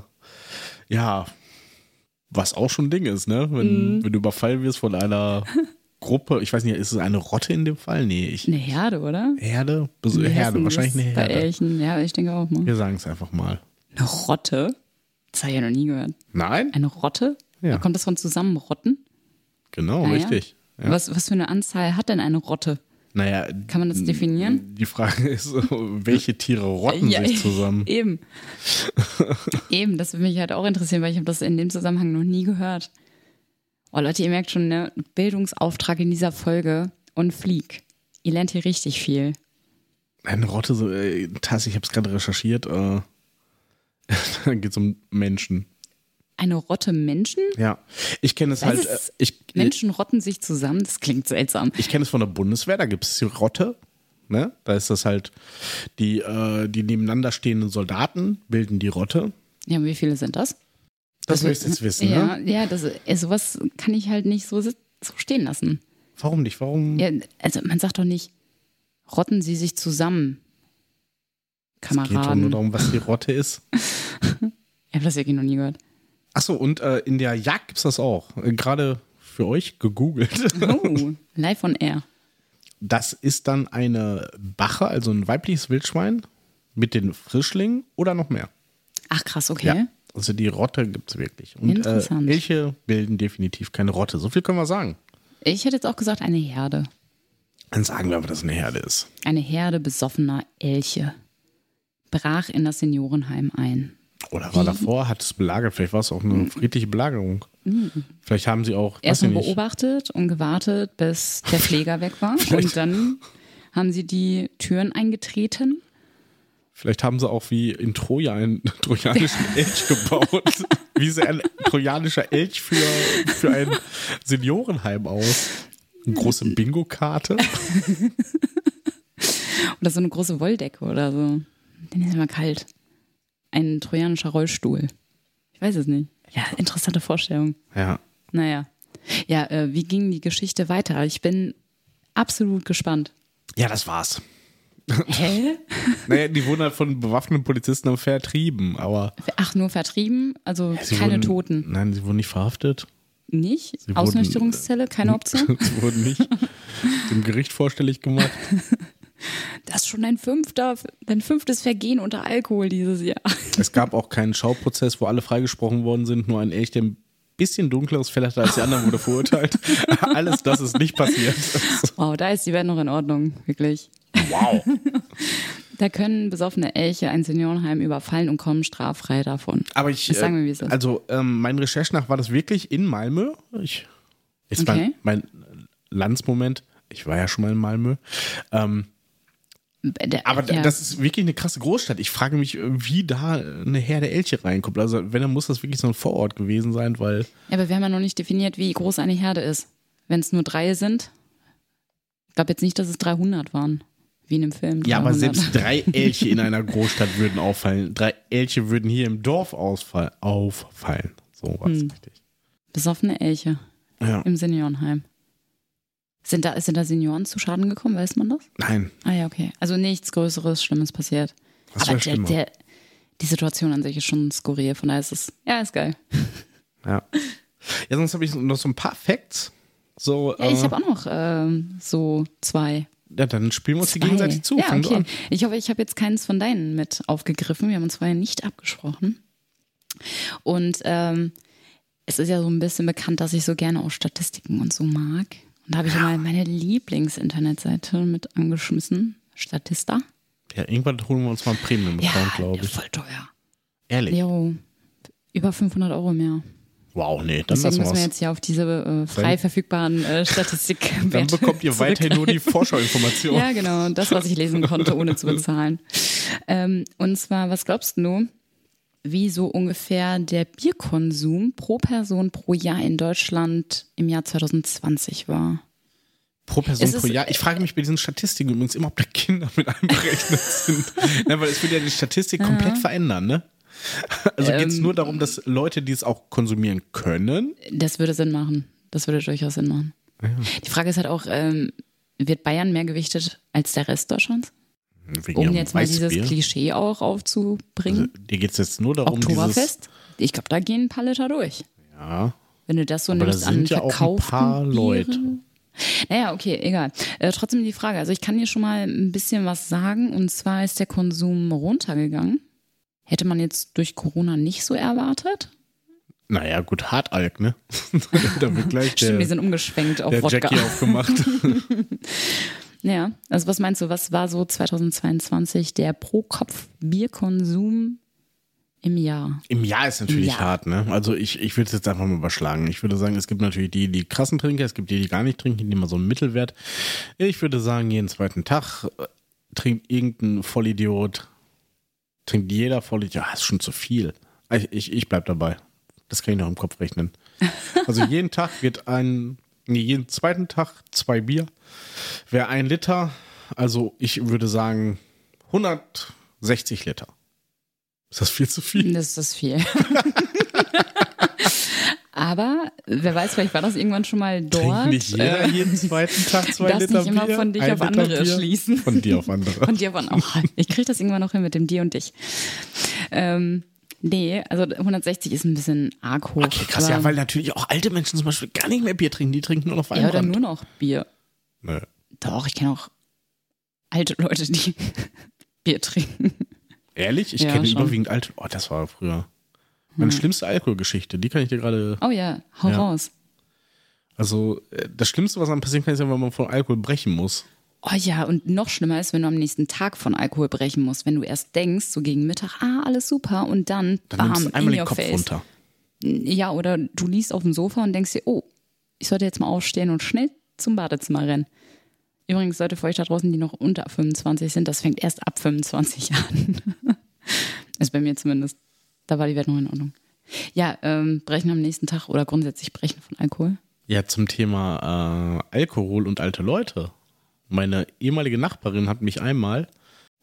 was auch schon ein Ding ist, ne? Wenn du überfallen wirst von einer Gruppe, ich weiß nicht, ist es eine Rotte in dem Fall? Nee, Eine Herde, oder? Herde? In Herde, Hessen wahrscheinlich ist eine Bei Herde. Elchen, ja, ich denke auch mal. Wir sagen es einfach mal. Eine Rotte? Das habe ich ja noch nie gehört. Nein? Eine Rotte? Ja. Kommt das von Zusammenrotten? Genau, Ah, richtig. Ja. Was für eine Anzahl hat denn eine Rotte? Naja, Kann man das definieren? die Frage ist, welche Tiere rotten Ja, sich zusammen? Eben. Eben, das würde mich halt auch interessieren, weil ich habe das in dem Zusammenhang noch nie gehört. Oh Leute, ihr merkt schon, ne? Bildungsauftrag in dieser Folge und Flieg. Ihr lernt hier richtig viel. Eine Rotte, so, Tass, ich habe es gerade recherchiert, da geht es um Menschen. Eine Rotte Menschen? Ja, ich kenne es Was halt, ist- Menschen rotten sich zusammen? Das klingt seltsam. ich kenne es von der Bundeswehr, da gibt es die Rotte, ne? Da ist das halt, die nebeneinander stehenden Soldaten bilden die Rotte. Ja, wie viele sind das? Das willst du jetzt wissen, Ja, ne? ja, sowas kann ich halt nicht so stehen lassen. Warum nicht? Warum? Ja, also man sagt doch nicht, rotten sie sich zusammen, Es geht doch nur Kameraden. darum, was die Rotte ist. Ich habe das wirklich noch nie gehört. Achso, und in der Jagd gibt es das auch. Gerade für euch gegoogelt. Oh, live on air. Das ist dann eine Bache, also ein weibliches Wildschwein mit den Frischlingen oder noch mehr. Ach krass, okay. Ja, also die Rotte gibt es wirklich. Und Interessant. Elche bilden definitiv keine Rotte. So viel können wir sagen. Ich hätte jetzt auch gesagt, eine Herde. Dann sagen wir aber, dass es eine Herde ist. Eine Herde besoffener Elche brach in das Seniorenheim ein. Oder war davor, hat es belagert. Vielleicht war es auch eine friedliche Belagerung. Vielleicht haben sie auch, weiß ich Erstmal nicht, beobachtet und gewartet, bis der Pfleger weg war. Und dann haben sie die Türen eingetreten. vielleicht haben sie auch wie in Troja einen trojanischen Elch gebaut. Wie sieht ein trojanischer Elch für ein Seniorenheim aus? Eine große Bingo-Karte. Oder so eine große Wolldecke oder so. Dann ist immer kalt. ein trojanischer Rollstuhl. Ich weiß es nicht. Ja, interessante Vorstellung. Ja. Naja. Ja, wie ging die Geschichte weiter? Ich bin absolut gespannt. Ja, das war's. Hä? Naja, die wurden halt von bewaffneten Polizisten vertrieben, aber... Ach, nur vertrieben? Also keine Toten? Nein, sie wurden nicht verhaftet. Nicht? Ausnüchterungszelle? Keine Option? Sie wurden nicht dem Gericht vorstellig gemacht. Das ist schon dein fünftes Vergehen unter Alkohol dieses Jahr. Es gab auch keinen Schauprozess, wo alle freigesprochen worden sind. Nur ein Elch, der ein bisschen dunkleres Fell hatte als die anderen, wurde verurteilt. Alles das ist nicht passiert. Wow, da ist die Welt noch in Ordnung, wirklich. Wow. Da können besoffene Elche ein Seniorenheim überfallen und kommen straffrei davon. Aber ich Sag mir, wie es ist. Also meinen Recherchen nach war das wirklich in Malmö. Jetzt Okay. mein Landsmoment. Ich war ja schon mal in Malmö. Aber das ist wirklich eine krasse Großstadt. Ich frage mich, wie da eine Herde Elche reinkommt. Also wenn, dann muss das wirklich so ein Vorort gewesen sein, weil... Ja, aber wir haben ja noch nicht definiert, wie groß eine Herde ist. Wenn es nur 3 sind, ich glaube jetzt nicht, dass es 300 waren, wie in dem Film. 300. Ja, aber selbst 3 Elche in einer Großstadt würden auffallen. 3 Elche würden hier im Dorf auffallen. So war es richtig. Besoffene Elche im Seniorenheim. Sind da Senioren zu Schaden gekommen, weiß man das? Nein. Ah ja, okay. Also nichts Größeres, Schlimmes passiert. Was aber schlimmer? die Situation an sich ist schon skurril, von daher ist es, ist geil. Ja, sonst habe ich noch so ein paar Facts. So, Ja, ich habe auch noch so 2. Ja, dann spielen wir uns die gegenseitig zu. Ja, Fang du okay. an. Ich hoffe, ich habe jetzt keins von deinen mit aufgegriffen. Wir haben uns vorher nicht abgesprochen. Und es ist ja so ein bisschen bekannt, dass ich so gerne auch Statistiken und so mag. Und da habe ich mal meine Lieblings-Internetseite mit angeschmissen. Statista. Ja, irgendwann holen wir uns mal einen Premium-Account, glaube ich. Voll teuer. Ehrlich? Jo, über 500 € mehr. Wow, nee, dann Deswegen lassen müssen wir wir jetzt hier auf diese frei verfügbaren Statistikwerte Dann bekommt ihr weiterhin nur die Vorschauinformation. Ja, genau, das, was ich lesen konnte, ohne zu bezahlen. Und zwar, was glaubst du, wie so ungefähr der Bierkonsum pro Person pro Jahr in Deutschland im Jahr 2020 war? Pro Person pro Jahr. Ich frage mich bei diesen Statistiken übrigens immer, ob da Kinder mit einberechnet sind. Ja, weil es würde ja die Statistik komplett verändern, ne? Also geht es nur darum, dass Leute, die es auch konsumieren können? Das würde Sinn machen. Das würde durchaus Sinn machen. Ja. Die Frage ist halt auch, wird Bayern mehr gewichtet als der Rest Deutschlands? Um jetzt mal dieses Klischee auch aufzubringen. Also, dir geht es jetzt nur darum, Oktoberfest? Ich glaube, da gehen ein paar Liter durch. Ja. Wenn du das so aber nimmst da sind an ja auch ein paar Leute. Naja, okay, egal. Trotzdem die Frage. Also ich kann dir schon mal ein bisschen was sagen. Und zwar ist der Konsum runtergegangen. Hätte man jetzt durch Corona nicht so erwartet? Naja, gut, Hartalk, ne? Da wird gleich Stimmt, die sind umgeschwenkt auf der Wodka. Jackie aufgemacht. Ja, also was meinst du, was war so 2022 der Pro-Kopf-Bierkonsum im Jahr? Im Jahr ist natürlich hart, ne? Also ich würde es jetzt einfach mal überschlagen. Ich würde sagen, es gibt natürlich die krassen Trinker, es gibt die gar nicht trinken, die immer so einen Mittelwert. Ich würde sagen, jeden zweiten Tag trinkt irgendein Vollidiot, trinkt jeder Vollidiot. Ja, ist schon zu viel. Ich bleib dabei. Das kann ich noch im Kopf rechnen. Also jeden Tag wird jeden zweiten Tag 2 Bier. Wäre 1 Liter, also ich würde sagen 160 Liter. Ist das viel zu viel? Das ist viel. Aber wer weiß, vielleicht war das irgendwann schon mal dort. Trinkt nicht jeder jeden zweiten Tag 2 Liter Bier? Darfst nicht immer von dich auf andere schließen. Von dir auf andere. Von dir auf andere. Oh, ich kriege das irgendwann noch hin mit dem dir und dich. Nee, also 160 ist ein bisschen arg hoch. Okay, krass, ja, weil natürlich auch alte Menschen zum Beispiel gar nicht mehr Bier trinken, die trinken nur noch Weinbrand. Ja, oder nur noch Bier. Nö. Doch, ich kenne auch alte Leute, die Bier trinken. Ehrlich? Ich kenne überwiegend alte. Oh, das war früher. Meine schlimmste Alkoholgeschichte, die kann ich dir gerade... Oh ja, hau raus. Also das Schlimmste, was einem passieren kann, ist ja, wenn man von Alkohol brechen muss. Oh ja, und noch schlimmer ist, wenn du am nächsten Tag von Alkohol brechen musst. Wenn du erst denkst, so gegen Mittag, alles super, und dann bam, nimmst du einmal in den your Kopf face. runter. Ja, oder du liegst auf dem Sofa und denkst dir, oh, ich sollte jetzt mal aufstehen und schnell zum Badezimmer rennen. Übrigens, Leute für euch da draußen, die noch unter 25 sind, das fängt erst ab 25 an. Ist bei mir zumindest. Da war die Welt noch in Ordnung. Ja, brechen am nächsten Tag oder grundsätzlich brechen von Alkohol. Ja, zum Thema Alkohol und alte Leute. Meine ehemalige Nachbarin hat mich einmal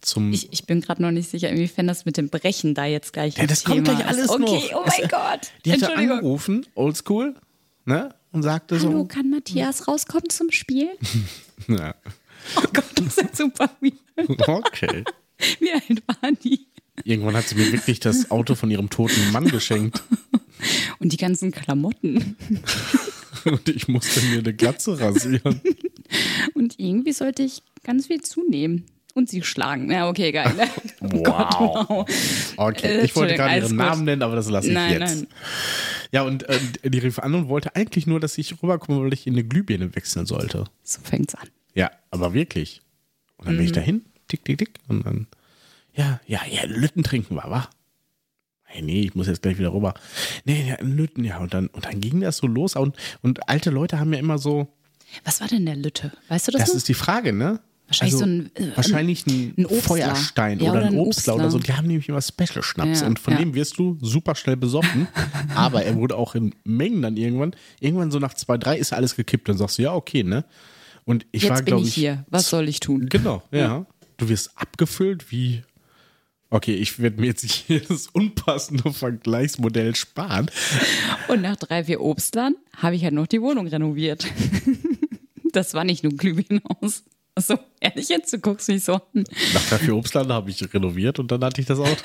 zum... Ich bin gerade noch nicht sicher, inwiefern das mit dem Brechen da jetzt gleich Ja, das kommt gleich alles noch. Okay, oh mein Gott. Die hatte Entschuldigung. angerufen, oldschool, ne? Und sagte Hallo, so... kann Matthias rauskommen zum Spiel? Ja. Oh Gott, das ist super weird. Okay. Wie alt war die? Irgendwann hat sie mir wirklich das Auto von ihrem toten Mann geschenkt. Und die ganzen Klamotten. Und ich musste mir eine Glatze rasieren. Und irgendwie sollte ich ganz viel zunehmen. Und sie schlagen. Ja, okay, geil. Oh Wow. Gott, wow. Okay, ich wollte gerade ihren Namen nennen, aber das lasse ich Nein, jetzt. nein. Ja, und die rief an und wollte eigentlich nur, dass ich rüberkomme, weil ich in eine Glühbirne wechseln sollte. So fängt's an. Ja, aber wirklich. Und dann bin ich dahin, tick, tick, tick. Und dann, ja, Lütten trinken wir, wa? Hey, nee, ich muss jetzt gleich wieder rüber. Nee, ja, Lütten, ja. Und dann ging das so los. Und alte Leute haben ja immer so... Was war denn der Lütte? Weißt du das Das noch? ist die Frage, ne? Wahrscheinlich wahrscheinlich ein Obstler. Feuerstein Ja, oder oder ein ein Obstler oder so. Obstler. Die haben nämlich immer Special-Schnaps. Ja, und von ja. dem wirst du super schnell besoffen. Aber er wurde auch in Mengen dann irgendwann so nach 2, 3 ist alles gekippt. Dann sagst du, ja, okay, ne? Und ich Jetzt war, bin glaube ich ich, hier. Was soll ich tun? Genau, ja. Du wirst abgefüllt wie... Okay, ich werde mir jetzt hier das unpassende Vergleichsmodell sparen. Und nach 3, 4 Obstlern habe ich halt noch die Wohnung renoviert. Das war nicht nur ein Glühbirnenhaus. Achso, ehrlich jetzt? Du guckst mich so an. Nach 3, 4 Obstlanden habe ich renoviert und dann hatte ich das Auto.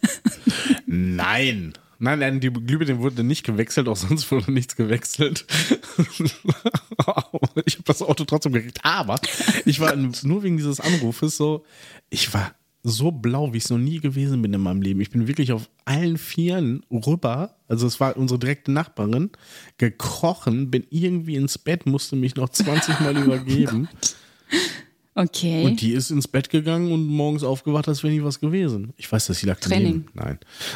Nein, die Glühbirne wurde nicht gewechselt, auch sonst wurde nichts gewechselt. Ich habe das Auto trotzdem gekriegt. Aber ich war nur wegen dieses Anrufes ich war so blau, wie ich es noch nie gewesen bin in meinem Leben. Ich bin wirklich auf allen Vieren rüber, also es war unsere direkte Nachbarin, gekrochen, bin irgendwie ins Bett, musste mich noch 20 Mal übergeben. Okay. Und die ist ins Bett gegangen und morgens aufgewacht, als wäre nie was gewesen. Ich weiß, dass sie lag Training. Nein.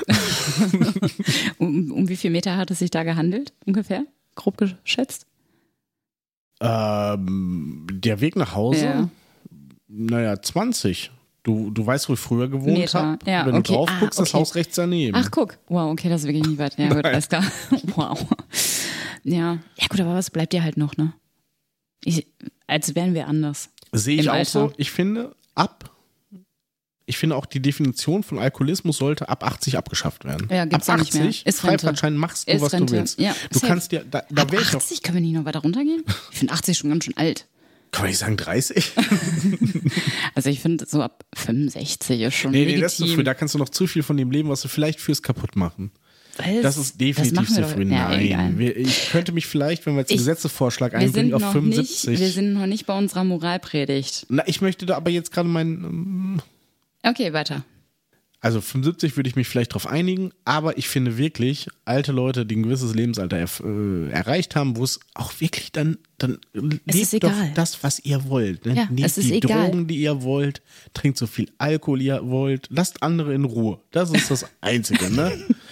Um wie viel Meter hat es sich da gehandelt, ungefähr? Grob geschätzt? Der Weg nach Hause? Ja. 20. Du weißt, wo ich früher gewohnt Meter. habe? Ja, Wenn okay. du drauf guckst, das Okay. Haus rechts daneben. Ach, guck. Wow, okay, das ist wirklich nicht weit. Ja, gut, alles klar. Wow. Ja, gut, aber was bleibt dir halt noch, ne? Als wären wir anders. Sehe ich im auch Alter. so. Ich finde auch die Definition von Alkoholismus sollte ab 80 abgeschafft werden. Ja, gibt's ab auch nicht mehr. 80, Ist Rente. Freifahrtschein, machst du, Ist was Rente. du willst. Ja, Du safe. kannst dir, da Ab wäre ich doch, 80 können wir nicht noch weiter runtergehen? Ich finde 80 schon ganz schön alt. kann man nicht sagen 30? Also ich finde so ab 65 ist schon Nee, legitim. das ist zu früh. Da kannst du noch zu viel von dem Leben, was du vielleicht fürs kaputt machen. Das ist definitiv machen wir zu doch- früh. Ja, Nein, egal. ich könnte mich vielleicht, wenn wir jetzt einen Gesetzesvorschlag wir sind einbringen, auf noch 75. Nicht, wir sind noch nicht bei unserer Moralpredigt. Na, ich möchte da aber jetzt gerade Okay, weiter. also 75 würde ich mich vielleicht drauf einigen, aber ich finde wirklich, alte Leute, die ein gewisses Lebensalter erreicht haben, wo es auch wirklich dann Es ist lebt doch egal. das, was ihr wollt. Ne? Ja, Nehmt es ist die egal. Drogen, die ihr wollt, trinkt so viel Alkohol, ihr wollt, lasst andere in Ruhe. Das ist das Einzige, ne?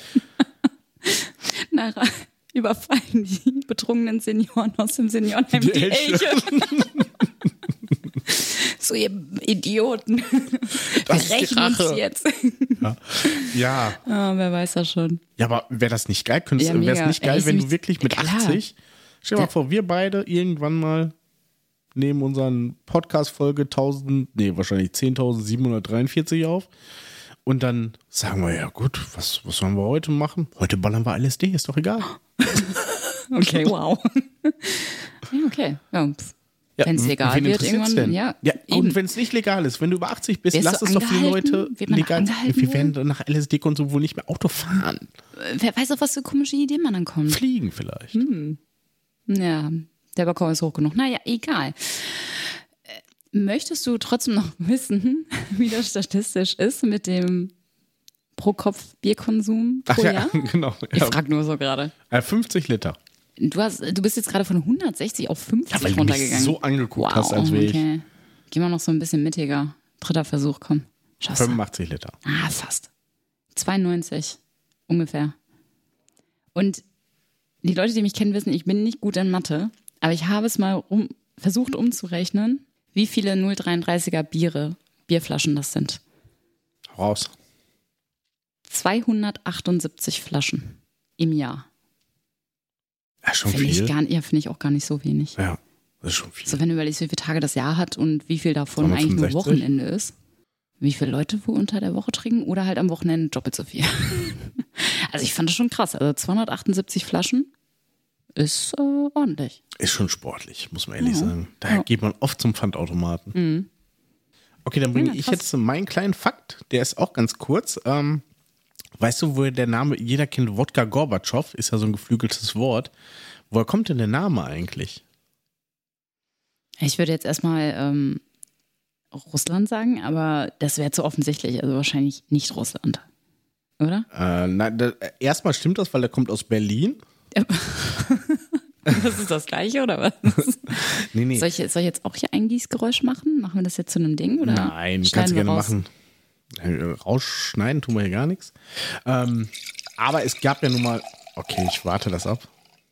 Nachher überfallen die betrunkenen Senioren aus dem Seniorenheim die Elche. So, ihr Idioten. Das Wir ist die rächen uns Rache. jetzt. Ja. Ah, wer weiß das schon. Ja, aber wäre das nicht geil? Ja, Wäre es mega. nicht geil, Ey, wenn ist du wirklich mit klar. 80, stell dir mal vor, wir beide irgendwann mal nehmen unseren Podcast-Folge wahrscheinlich 10.743 auf und dann sagen wir, ja gut, was sollen wir heute machen? Heute ballern wir LSD, ist doch egal. Okay, wow. Ja, okay. Ja, Ja, wenn es legal wen wird, interessiert's irgendwann. denn? Ja, Ja, eben. und wenn es nicht legal ist, wenn du über 80 bist, Wirst lass du es doch für die angehalten? Leute Wird man legal. angehalten Wir wohl? werden dann nach LSD-Konsum wohl nicht mehr Auto fahren. Wer weiß, auf was für komische Ideen man dann kommt. Fliegen vielleicht. Ja, der Balkon ist hoch genug. Naja, egal. Möchtest du trotzdem noch wissen, wie das statistisch ist mit dem Pro-Kopf-Bierkonsum pro Ach ja, Jahr? genau. Ich Ja. frage nur so gerade. 50 Liter. Du bist jetzt gerade von 160 auf 50 Ja, weil du mich runtergegangen. so angeguckt hast, als wäre ich okay. Geh mal noch so ein bisschen mittiger. Dritter Versuch, komm. Schaffst du. 85 Liter. Ah, fast. 92 ungefähr. Und die Leute, die mich kennen, wissen, ich bin nicht gut in Mathe, aber ich habe es mal versucht umzurechnen, wie viele 0,33er Bierflaschen das sind. Raus. 278 Flaschen im Jahr. Ja, schon Finde viel. finde ich auch gar nicht so wenig. Ja, das ist schon viel. So, wenn du überlegst, wie viele Tage das Jahr hat und wie viel davon eigentlich nur 365? Wochenende ist. wie viele Leute wo unter der Woche trinken oder halt am Wochenende doppelt so viel. Also ich fand das schon krass. Also 278 Flaschen ist ordentlich. Ist schon sportlich, muss man ehrlich sagen. Da geht man oft zum Pfandautomaten. Mhm. Okay, dann bringe ich jetzt meinen kleinen Fakt. Der ist auch ganz kurz. Weißt du, woher der Name, jeder kennt Wodka Gorbatschow, ist ja so ein geflügeltes Wort. Woher kommt denn der Name eigentlich? Ich würde jetzt erstmal Russland sagen, aber das wäre zu offensichtlich. Also wahrscheinlich nicht Russland. Oder? Nein, erstmal stimmt das, weil der kommt aus Berlin. Das ist das Gleiche, oder was? Nee. Soll ich jetzt auch hier ein Gießgeräusch machen? Machen wir das jetzt zu einem Ding? Oder Nein, kannst du gerne machen. Rausschneiden tun wir hier gar nichts. Aber es gab ja nun mal. Okay, ich warte das ab.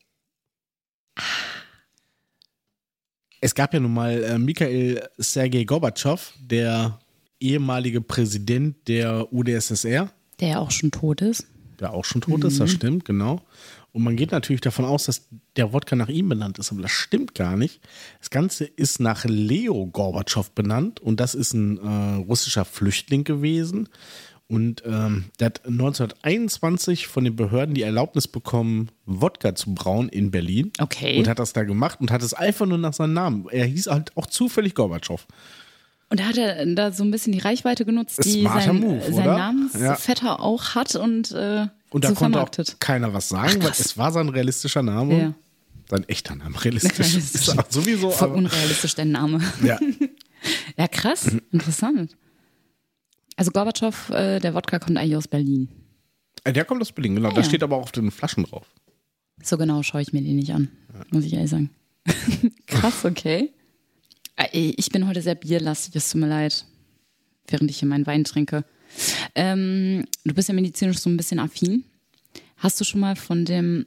Es gab ja nun mal Mikhail Sergei Gorbatschow, der ehemalige Präsident der UdSSR. Der ja auch schon tot ist. Der auch schon tot ist, das stimmt, genau. Und man geht natürlich davon aus, dass der Wodka nach ihm benannt ist, aber das stimmt gar nicht. Das Ganze ist nach Leo Gorbatschow benannt und das ist ein russischer Flüchtling gewesen. Und der hat 1921 von den Behörden die Erlaubnis bekommen, Wodka zu brauen in Berlin. Okay. Und hat das da gemacht und hat es einfach nur nach seinem Namen. Er hieß halt auch zufällig Gorbatschow. Und da hat er da so ein bisschen die Reichweite genutzt, die sein Namensvetter auch hat und da so konnte vermarktet. auch keiner was sagen, weil es war sein realistischer Name. Ja. Sein echter Name. Realistisch ist er sowieso. Voll Aber unrealistisch, der Name. ja. Ja, krass. Interessant. Also Gorbatschow, der Wodka kommt eigentlich aus Berlin. Der kommt aus Berlin, genau. Ja. Da steht aber auch auf den Flaschen drauf. So genau schaue ich mir den nicht an, muss ich ehrlich sagen. Krass, okay. Ich bin heute sehr bierlastig, es tut mir leid, während ich hier meinen Wein trinke. Du bist ja medizinisch so ein bisschen affin. Hast du schon mal von dem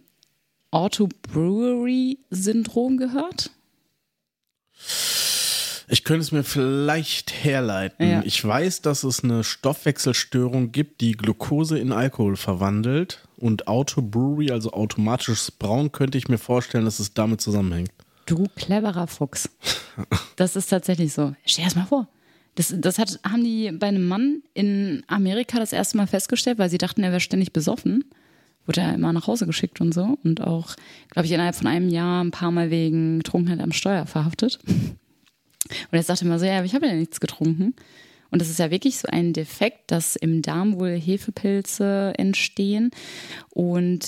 Auto-Brewery-Syndrom gehört? Ich könnte es mir vielleicht herleiten. Ja. Ich weiß, dass es eine Stoffwechselstörung gibt, die Glucose in Alkohol verwandelt. Und Auto-Brewery, also automatisches Brauen, könnte ich mir vorstellen, dass es damit zusammenhängt. Du cleverer Fuchs. Das ist tatsächlich so. Stell dir das mal vor. Das haben die bei einem Mann in Amerika das erste Mal festgestellt, weil sie dachten, er wäre ständig besoffen. Wurde er immer nach Hause geschickt und so. Und auch, glaube ich, innerhalb von einem Jahr ein paar Mal wegen Trunkenheit am Steuer verhaftet. Und jetzt sagte er immer so, ja, ich habe ja nichts getrunken. Und das ist ja wirklich so ein Defekt, dass im Darm wohl Hefepilze entstehen. Und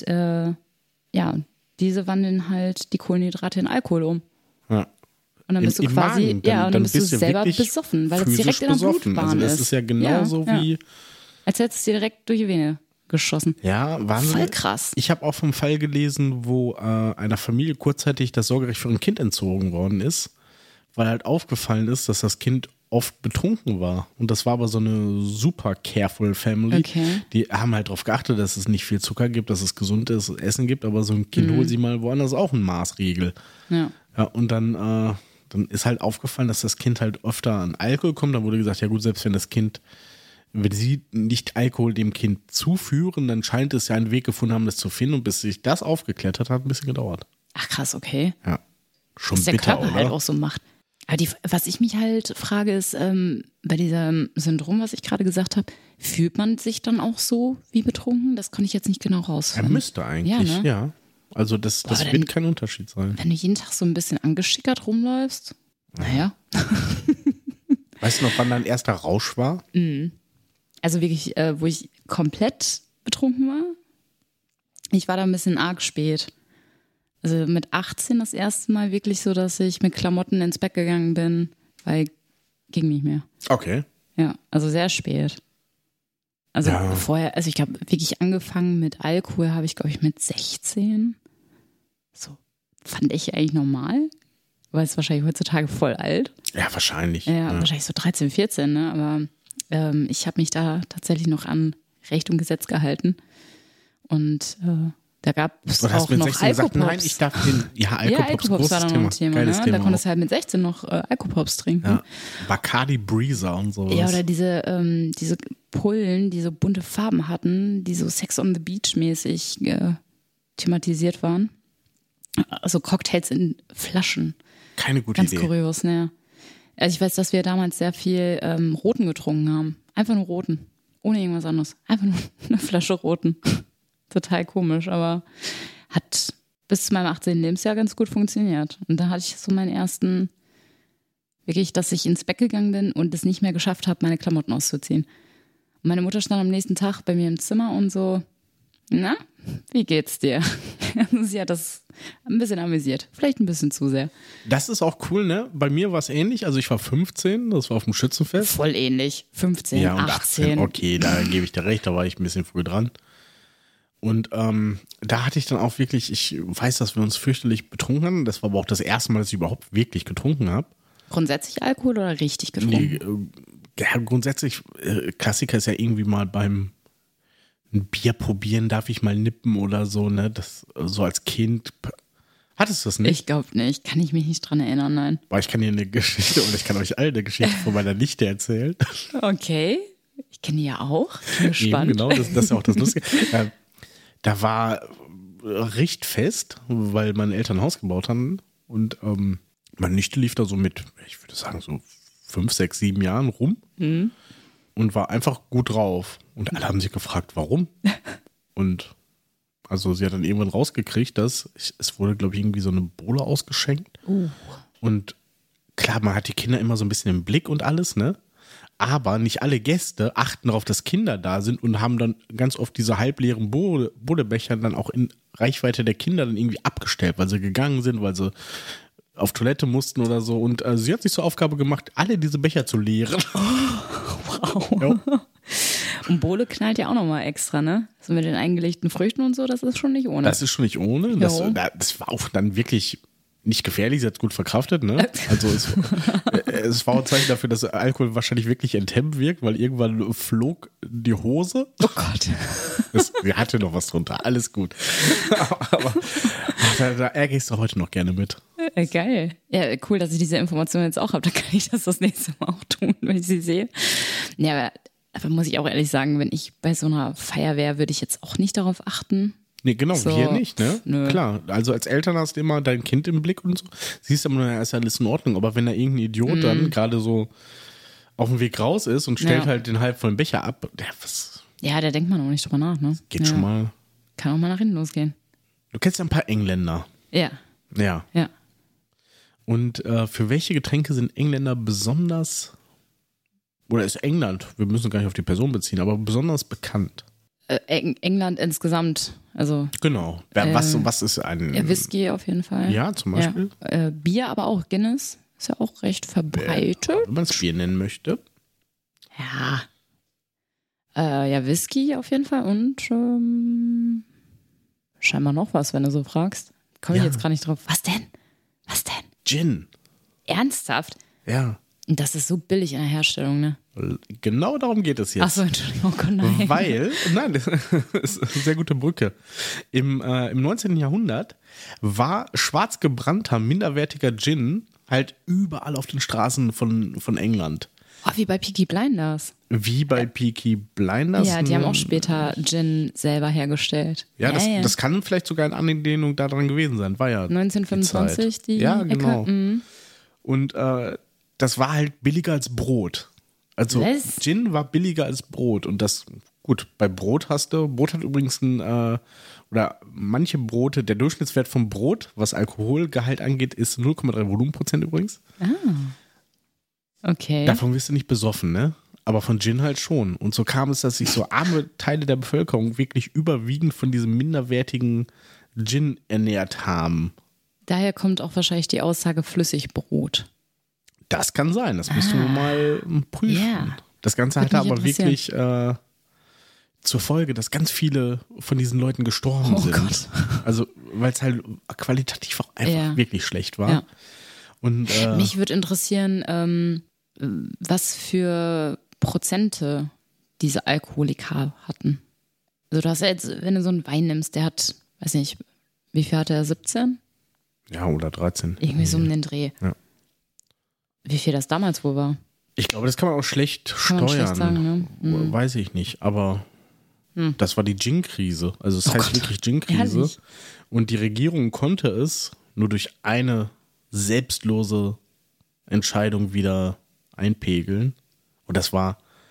diese wandeln halt die Kohlenhydrate in Alkohol um. Ja. Und dann bist du quasi, Magen, dann dann bist du bist du selber wirklich besoffen, weil es direkt in der besoffen. Blutbahn also das ist. ist ja genauso wie. Als hättest du dir direkt durch die Vene geschossen. Ja, Wahnsinn. Voll krass. Ich habe auch vom Fall gelesen, wo einer Familie kurzzeitig das Sorgerecht für ein Kind entzogen worden ist, weil halt aufgefallen ist, dass das Kind oft betrunken war. Und das war aber so eine super careful Family. Okay. Die haben halt darauf geachtet, dass es nicht viel Zucker gibt, dass es gesundes Essen gibt, aber so ein Kind holt sie mal woanders auch einen Maßriegel. Ja. Ja, und dann ist halt aufgefallen, dass das Kind halt öfter an Alkohol kommt. Dann wurde gesagt, ja gut, selbst wenn sie nicht Alkohol dem Kind zuführen, dann scheint es ja einen Weg gefunden haben, das zu finden. Und bis sich das aufgeklärt hat, hat ein bisschen gedauert. Ach krass, okay. Ja, schon Was der bitter, Körper oder? halt auch so macht. Aber was ich mich halt frage, ist, bei diesem Syndrom, was ich gerade gesagt habe, fühlt man sich dann auch so wie betrunken? Das konnte ich jetzt nicht genau Er rausfinden. müsste eigentlich, Ja, ne? ja. Also das dann- wird kein Unterschied sein. Wenn du jeden Tag so ein bisschen angeschickert rumläufst, naja. Weißt du noch, wann dein erster Rausch war? Also wirklich, wo ich komplett betrunken war. Ich war da ein bisschen arg spät. Also mit 18 das erste Mal wirklich so, dass ich mit Klamotten ins Bett gegangen bin, weil ging nicht mehr. Okay. Ja, also sehr spät. Also Ja. vorher, also ich glaube, wirklich angefangen mit Alkohol habe ich, glaube ich, mit 16. So, fand ich eigentlich normal. Weil es wahrscheinlich heutzutage voll alt. Ja, wahrscheinlich. Ja, wahrscheinlich so 13, 14, ne? Aber ich habe mich da tatsächlich noch an Recht und Gesetz gehalten. Und da gab es Du hast auch mit noch 16 gesagt, Alkopops. nein, ich darf den. Ja, Ja, Alkopops, Alkopops war großes dann noch Thema. ein Thema. Geiles Ne? Thema. Da konntest du halt mit 16 noch Alkopops trinken. Ja. Bacardi Breezer und sowas. Ja, oder diese Pullen, die so bunte Farben hatten, die so Sex on the Beach mäßig thematisiert waren. Also Cocktails in Flaschen. Keine gute Ganz Idee. kurios, ne? Also ich weiß, dass wir damals sehr viel Roten getrunken haben. Einfach nur roten. Ohne irgendwas anderes. Einfach nur eine Flasche roten. Total komisch, aber hat bis zu meinem 18. Lebensjahr ganz gut funktioniert. Und da hatte ich so meinen ersten, wirklich, dass ich ins Bett gegangen bin und es nicht mehr geschafft habe, meine Klamotten auszuziehen. Und meine Mutter stand am nächsten Tag bei mir im Zimmer und so, na, wie geht's dir? Sie hat das ein bisschen amüsiert. Vielleicht ein bisschen zu sehr. Das ist auch cool, ne? Bei mir war es ähnlich. Also ich war 15, das war auf dem Schützenfest. Voll ähnlich. 15, ja, und 18. Okay, da gebe ich dir recht, da war ich ein bisschen früh dran. Und da hatte ich dann auch wirklich, ich weiß, dass wir uns fürchterlich betrunken haben. Das war aber auch das erste Mal, dass ich überhaupt wirklich getrunken habe. Grundsätzlich Alkohol oder richtig getrunken? Nee, ja, grundsätzlich, Klassiker ist ja irgendwie mal beim ein Bier probieren, darf ich mal nippen oder so, ne? Das so als Kind. Hattest du das nicht? Ich glaube nicht. Kann ich mich nicht dran erinnern, nein. Aber ich kann dir eine Geschichte und ich kann euch alle eine Geschichte von meiner Nichte erzählen. Okay. Ich kenne die ja auch. Bin gespannt. Eben, genau, das ist auch das Lustige. Da war Richtfest, weil meine Eltern ein Haus gebaut haben und meine Nichte lief da so mit, ich würde sagen, so 5, 6, 7 Jahren rum und war einfach gut drauf. Und alle haben sich gefragt, warum? Und also sie hat dann irgendwann rausgekriegt, dass es wurde, glaube ich, irgendwie so eine Bowle ausgeschenkt. Und klar, man hat die Kinder immer so ein bisschen im Blick und alles, ne? Aber nicht alle Gäste achten darauf, dass Kinder da sind und haben dann ganz oft diese halbleeren Bodebecher dann auch in Reichweite der Kinder dann irgendwie abgestellt, weil sie gegangen sind, weil sie auf Toilette mussten oder so. Und sie hat sich zur Aufgabe gemacht, alle diese Becher zu leeren. Wow. Ja. Und Bowle knallt ja auch nochmal extra, ne? So mit den eingelegten Früchten und so, das ist schon nicht ohne. Das ist schon nicht ohne. Das war auch dann wirklich nicht gefährlich, sie hat es gut verkraftet, ne? Also es war ein Zeichen dafür, dass Alkohol wahrscheinlich wirklich enthemmt wirkt, weil irgendwann flog die Hose. Oh Gott. Sie hatte noch was drunter, alles gut. Aber da ärgere ich es heute noch gerne mit. Geil. Ja, cool, dass ich diese Information jetzt auch habe. Da kann ich das nächste Mal auch tun, wenn ich sie sehe. Ja, aber muss ich auch ehrlich sagen, wenn ich bei so einer Feier wäre, würde ich jetzt auch nicht darauf achten. Nee, genau, So, wir nicht, ne? nö. Klar, also als Eltern hast du immer dein Kind im Blick und so. Siehst du immer, ist ja alles in Ordnung. Aber wenn da irgendein Idiot dann gerade so auf dem Weg raus ist und stellt halt den halb vollen Becher ab, Ja, da denkt man auch nicht drüber nach, ne? geht schon mal. Kann auch mal nach hinten losgehen. Du kennst ja ein paar Engländer. Ja. Ja. Ja. Und für welche Getränke sind Engländer besonders, oder ist England, wir müssen gar nicht auf die Person beziehen, aber besonders bekannt? England insgesamt. Also Genau. Was ist ein... ja, Whisky auf jeden Fall. Ja, zum Beispiel. Ja. Bier, aber auch Guinness. Ist ja auch recht verbreitet. Wenn man es Bier nennen möchte. Ja. Ja, Whisky auf jeden Fall und scheinbar noch was, wenn du so fragst. Komme ich jetzt gar nicht drauf. Was denn? Was denn? Gin. Ernsthaft? Ja. Das ist so billig in der Herstellung, ne? Genau darum geht es jetzt. Achso, Entschuldigung, oh nein. Nein, das ist eine sehr gute Brücke. Im 19. Jahrhundert war schwarz gebrannter, minderwertiger Gin halt überall auf den Straßen von England. Oh, wie bei Peaky Blinders. Wie bei Peaky Blinders. Ja, die haben auch später Gin selber hergestellt. Ja, das kann vielleicht sogar in Anlehnung daran gewesen sein. War ja 1925 die ja, Ecke. genau. Und das war halt billiger als Brot. Also Was? Gin war billiger als Brot. Und das, gut, bei Brot hat übrigens oder manche Brote, der Durchschnittswert vom Brot, was Alkoholgehalt angeht, ist 0,3 Volumenprozent übrigens. Okay. Davon wirst du nicht besoffen, ne? Aber von Gin halt schon. Und so kam es, dass sich so arme Teile der Bevölkerung wirklich überwiegend von diesem minderwertigen Gin ernährt haben. Daher kommt auch wahrscheinlich die Aussage Flüssigbrot. Das kann sein, das müssen wir mal prüfen. Ja. Das Ganze Würde hatte mich aber wirklich zur Folge, dass ganz viele von diesen Leuten gestorben sind. Gott. Also, weil es halt qualitativ auch einfach wirklich schlecht war. Ja. Und, Mich würde interessieren, was für Prozente diese Alkoholiker hatten. Also du hast ja jetzt, wenn du so einen Wein nimmst, der hat, weiß nicht, wie viel hat er, 17? ja, oder 13. Irgendwie so um den Dreh. Ja. Wie viel das damals wohl war? Ich glaube, das kann man auch schlecht Kann man steuern. schlecht sagen, ne? Weiß ich nicht, aber das war die Gin-Krise. Also es heißt Gott. wirklich Gin-Krise. Herrlich. Und die Regierung konnte es nur durch eine selbstlose Entscheidung wieder einpegeln. Und das war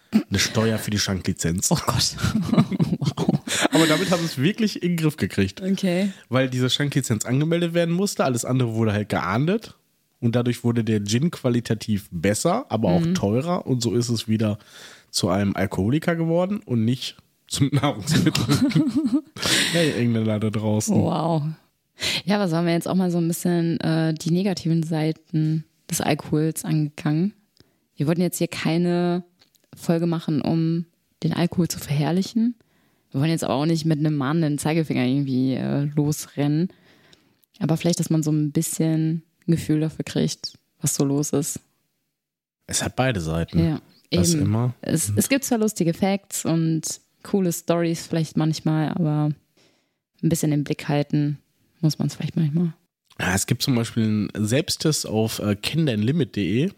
Eine Steuer für die Schanklizenz. Oh Gott. Wow. Aber damit haben sie es wirklich in den Griff gekriegt. Okay. Weil diese Schanklizenz angemeldet werden musste, alles andere wurde halt geahndet. Und dadurch wurde der Gin qualitativ besser, aber auch teurer. Und so ist es wieder zu einem Alkoholiker geworden und nicht zum Nahrungsmittel. Hey, Engländer da draußen. Wow. Ja, aber so haben wir jetzt auch mal so ein bisschen die negativen Seiten des Alkohols angegangen. Wir wollten jetzt hier keine Folge machen, um den Alkohol zu verherrlichen. Wir wollen jetzt aber auch nicht mit einem mahnenden Zeigefinger irgendwie losrennen. Aber vielleicht, dass man so ein bisschen ein Gefühl dafür kriegt, was so los ist. Es hat beide Seiten. Ja, das eben. Immer. Es gibt zwar lustige Facts und coole Stories vielleicht manchmal, aber ein bisschen im Blick halten muss man es vielleicht manchmal. Ja, es gibt zum Beispiel einen Selbsttest auf kinderunlimit.de.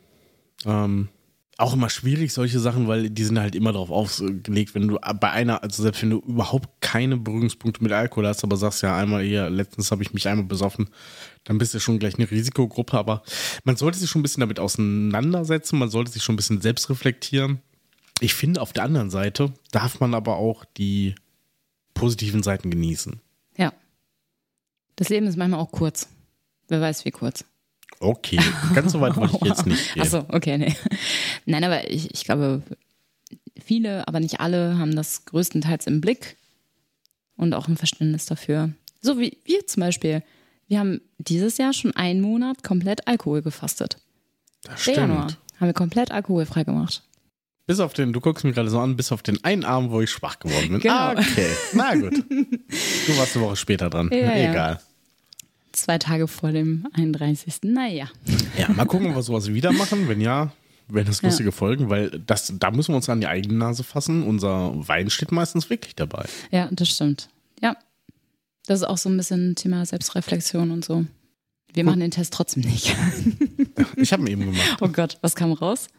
Auch immer schwierig, solche Sachen, weil die sind halt immer darauf ausgelegt, wenn du bei einer, also selbst wenn du überhaupt keine Berührungspunkte mit Alkohol hast, aber sagst ja einmal hier, letztens habe ich mich einmal besoffen, dann bist du schon gleich eine Risikogruppe, aber man sollte sich schon ein bisschen damit auseinandersetzen, man sollte sich schon ein bisschen selbst reflektieren. Ich finde, auf der anderen Seite darf man aber auch die positiven Seiten genießen. Ja. Das Leben ist manchmal auch kurz. Wer weiß, wie kurz. Okay, ganz so weit wollte ich jetzt nicht gehen. Achso, okay, nee. Nein, aber ich glaube, viele, aber nicht alle haben das größtenteils im Blick und auch ein Verständnis dafür. So wie wir zum Beispiel. Wir haben dieses Jahr schon einen Monat komplett Alkohol gefastet. Das Der stimmt. Januar haben wir komplett alkoholfrei gemacht. Bis auf den, du guckst mich gerade so an, bis auf den einen Abend, wo ich schwach geworden bin. Genau. Ah, okay, na gut. Du warst eine Woche später dran. Ja, Egal. Ja. 2 Tage vor dem 31. Naja. Ja, mal gucken, ob wir sowas wieder machen. Wenn ja, wären das lustige Folgen, weil da müssen wir uns an die eigene Nase fassen. Unser Wein steht meistens wirklich dabei. Ja, das stimmt. Ja. Das ist auch so ein bisschen Thema Selbstreflexion und so. Wir machen den Test trotzdem nicht. Ich habe ihn eben gemacht. Oh Gott, was kam raus?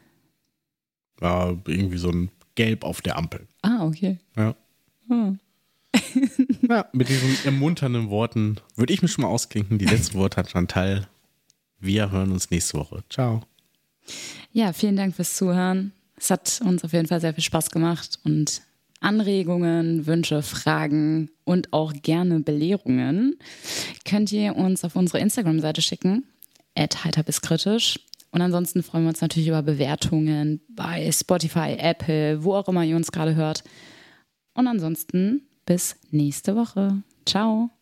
Ja, irgendwie so ein Gelb auf der Ampel. Ah, okay. Ja. Oh. Ja, mit diesen ermunternden Worten würde ich mich schon mal ausklinken. Die letzten Worte hat Chantal. Wir hören uns nächste Woche. Ciao. Ja, vielen Dank fürs Zuhören. Es hat uns auf jeden Fall sehr viel Spaß gemacht und Anregungen, Wünsche, Fragen und auch gerne Belehrungen könnt ihr uns auf unsere Instagram-Seite schicken, @heiterbiskritisch. Und ansonsten freuen wir uns natürlich über Bewertungen bei Spotify, Apple, wo auch immer ihr uns gerade hört. Und ansonsten bis nächste Woche. Ciao.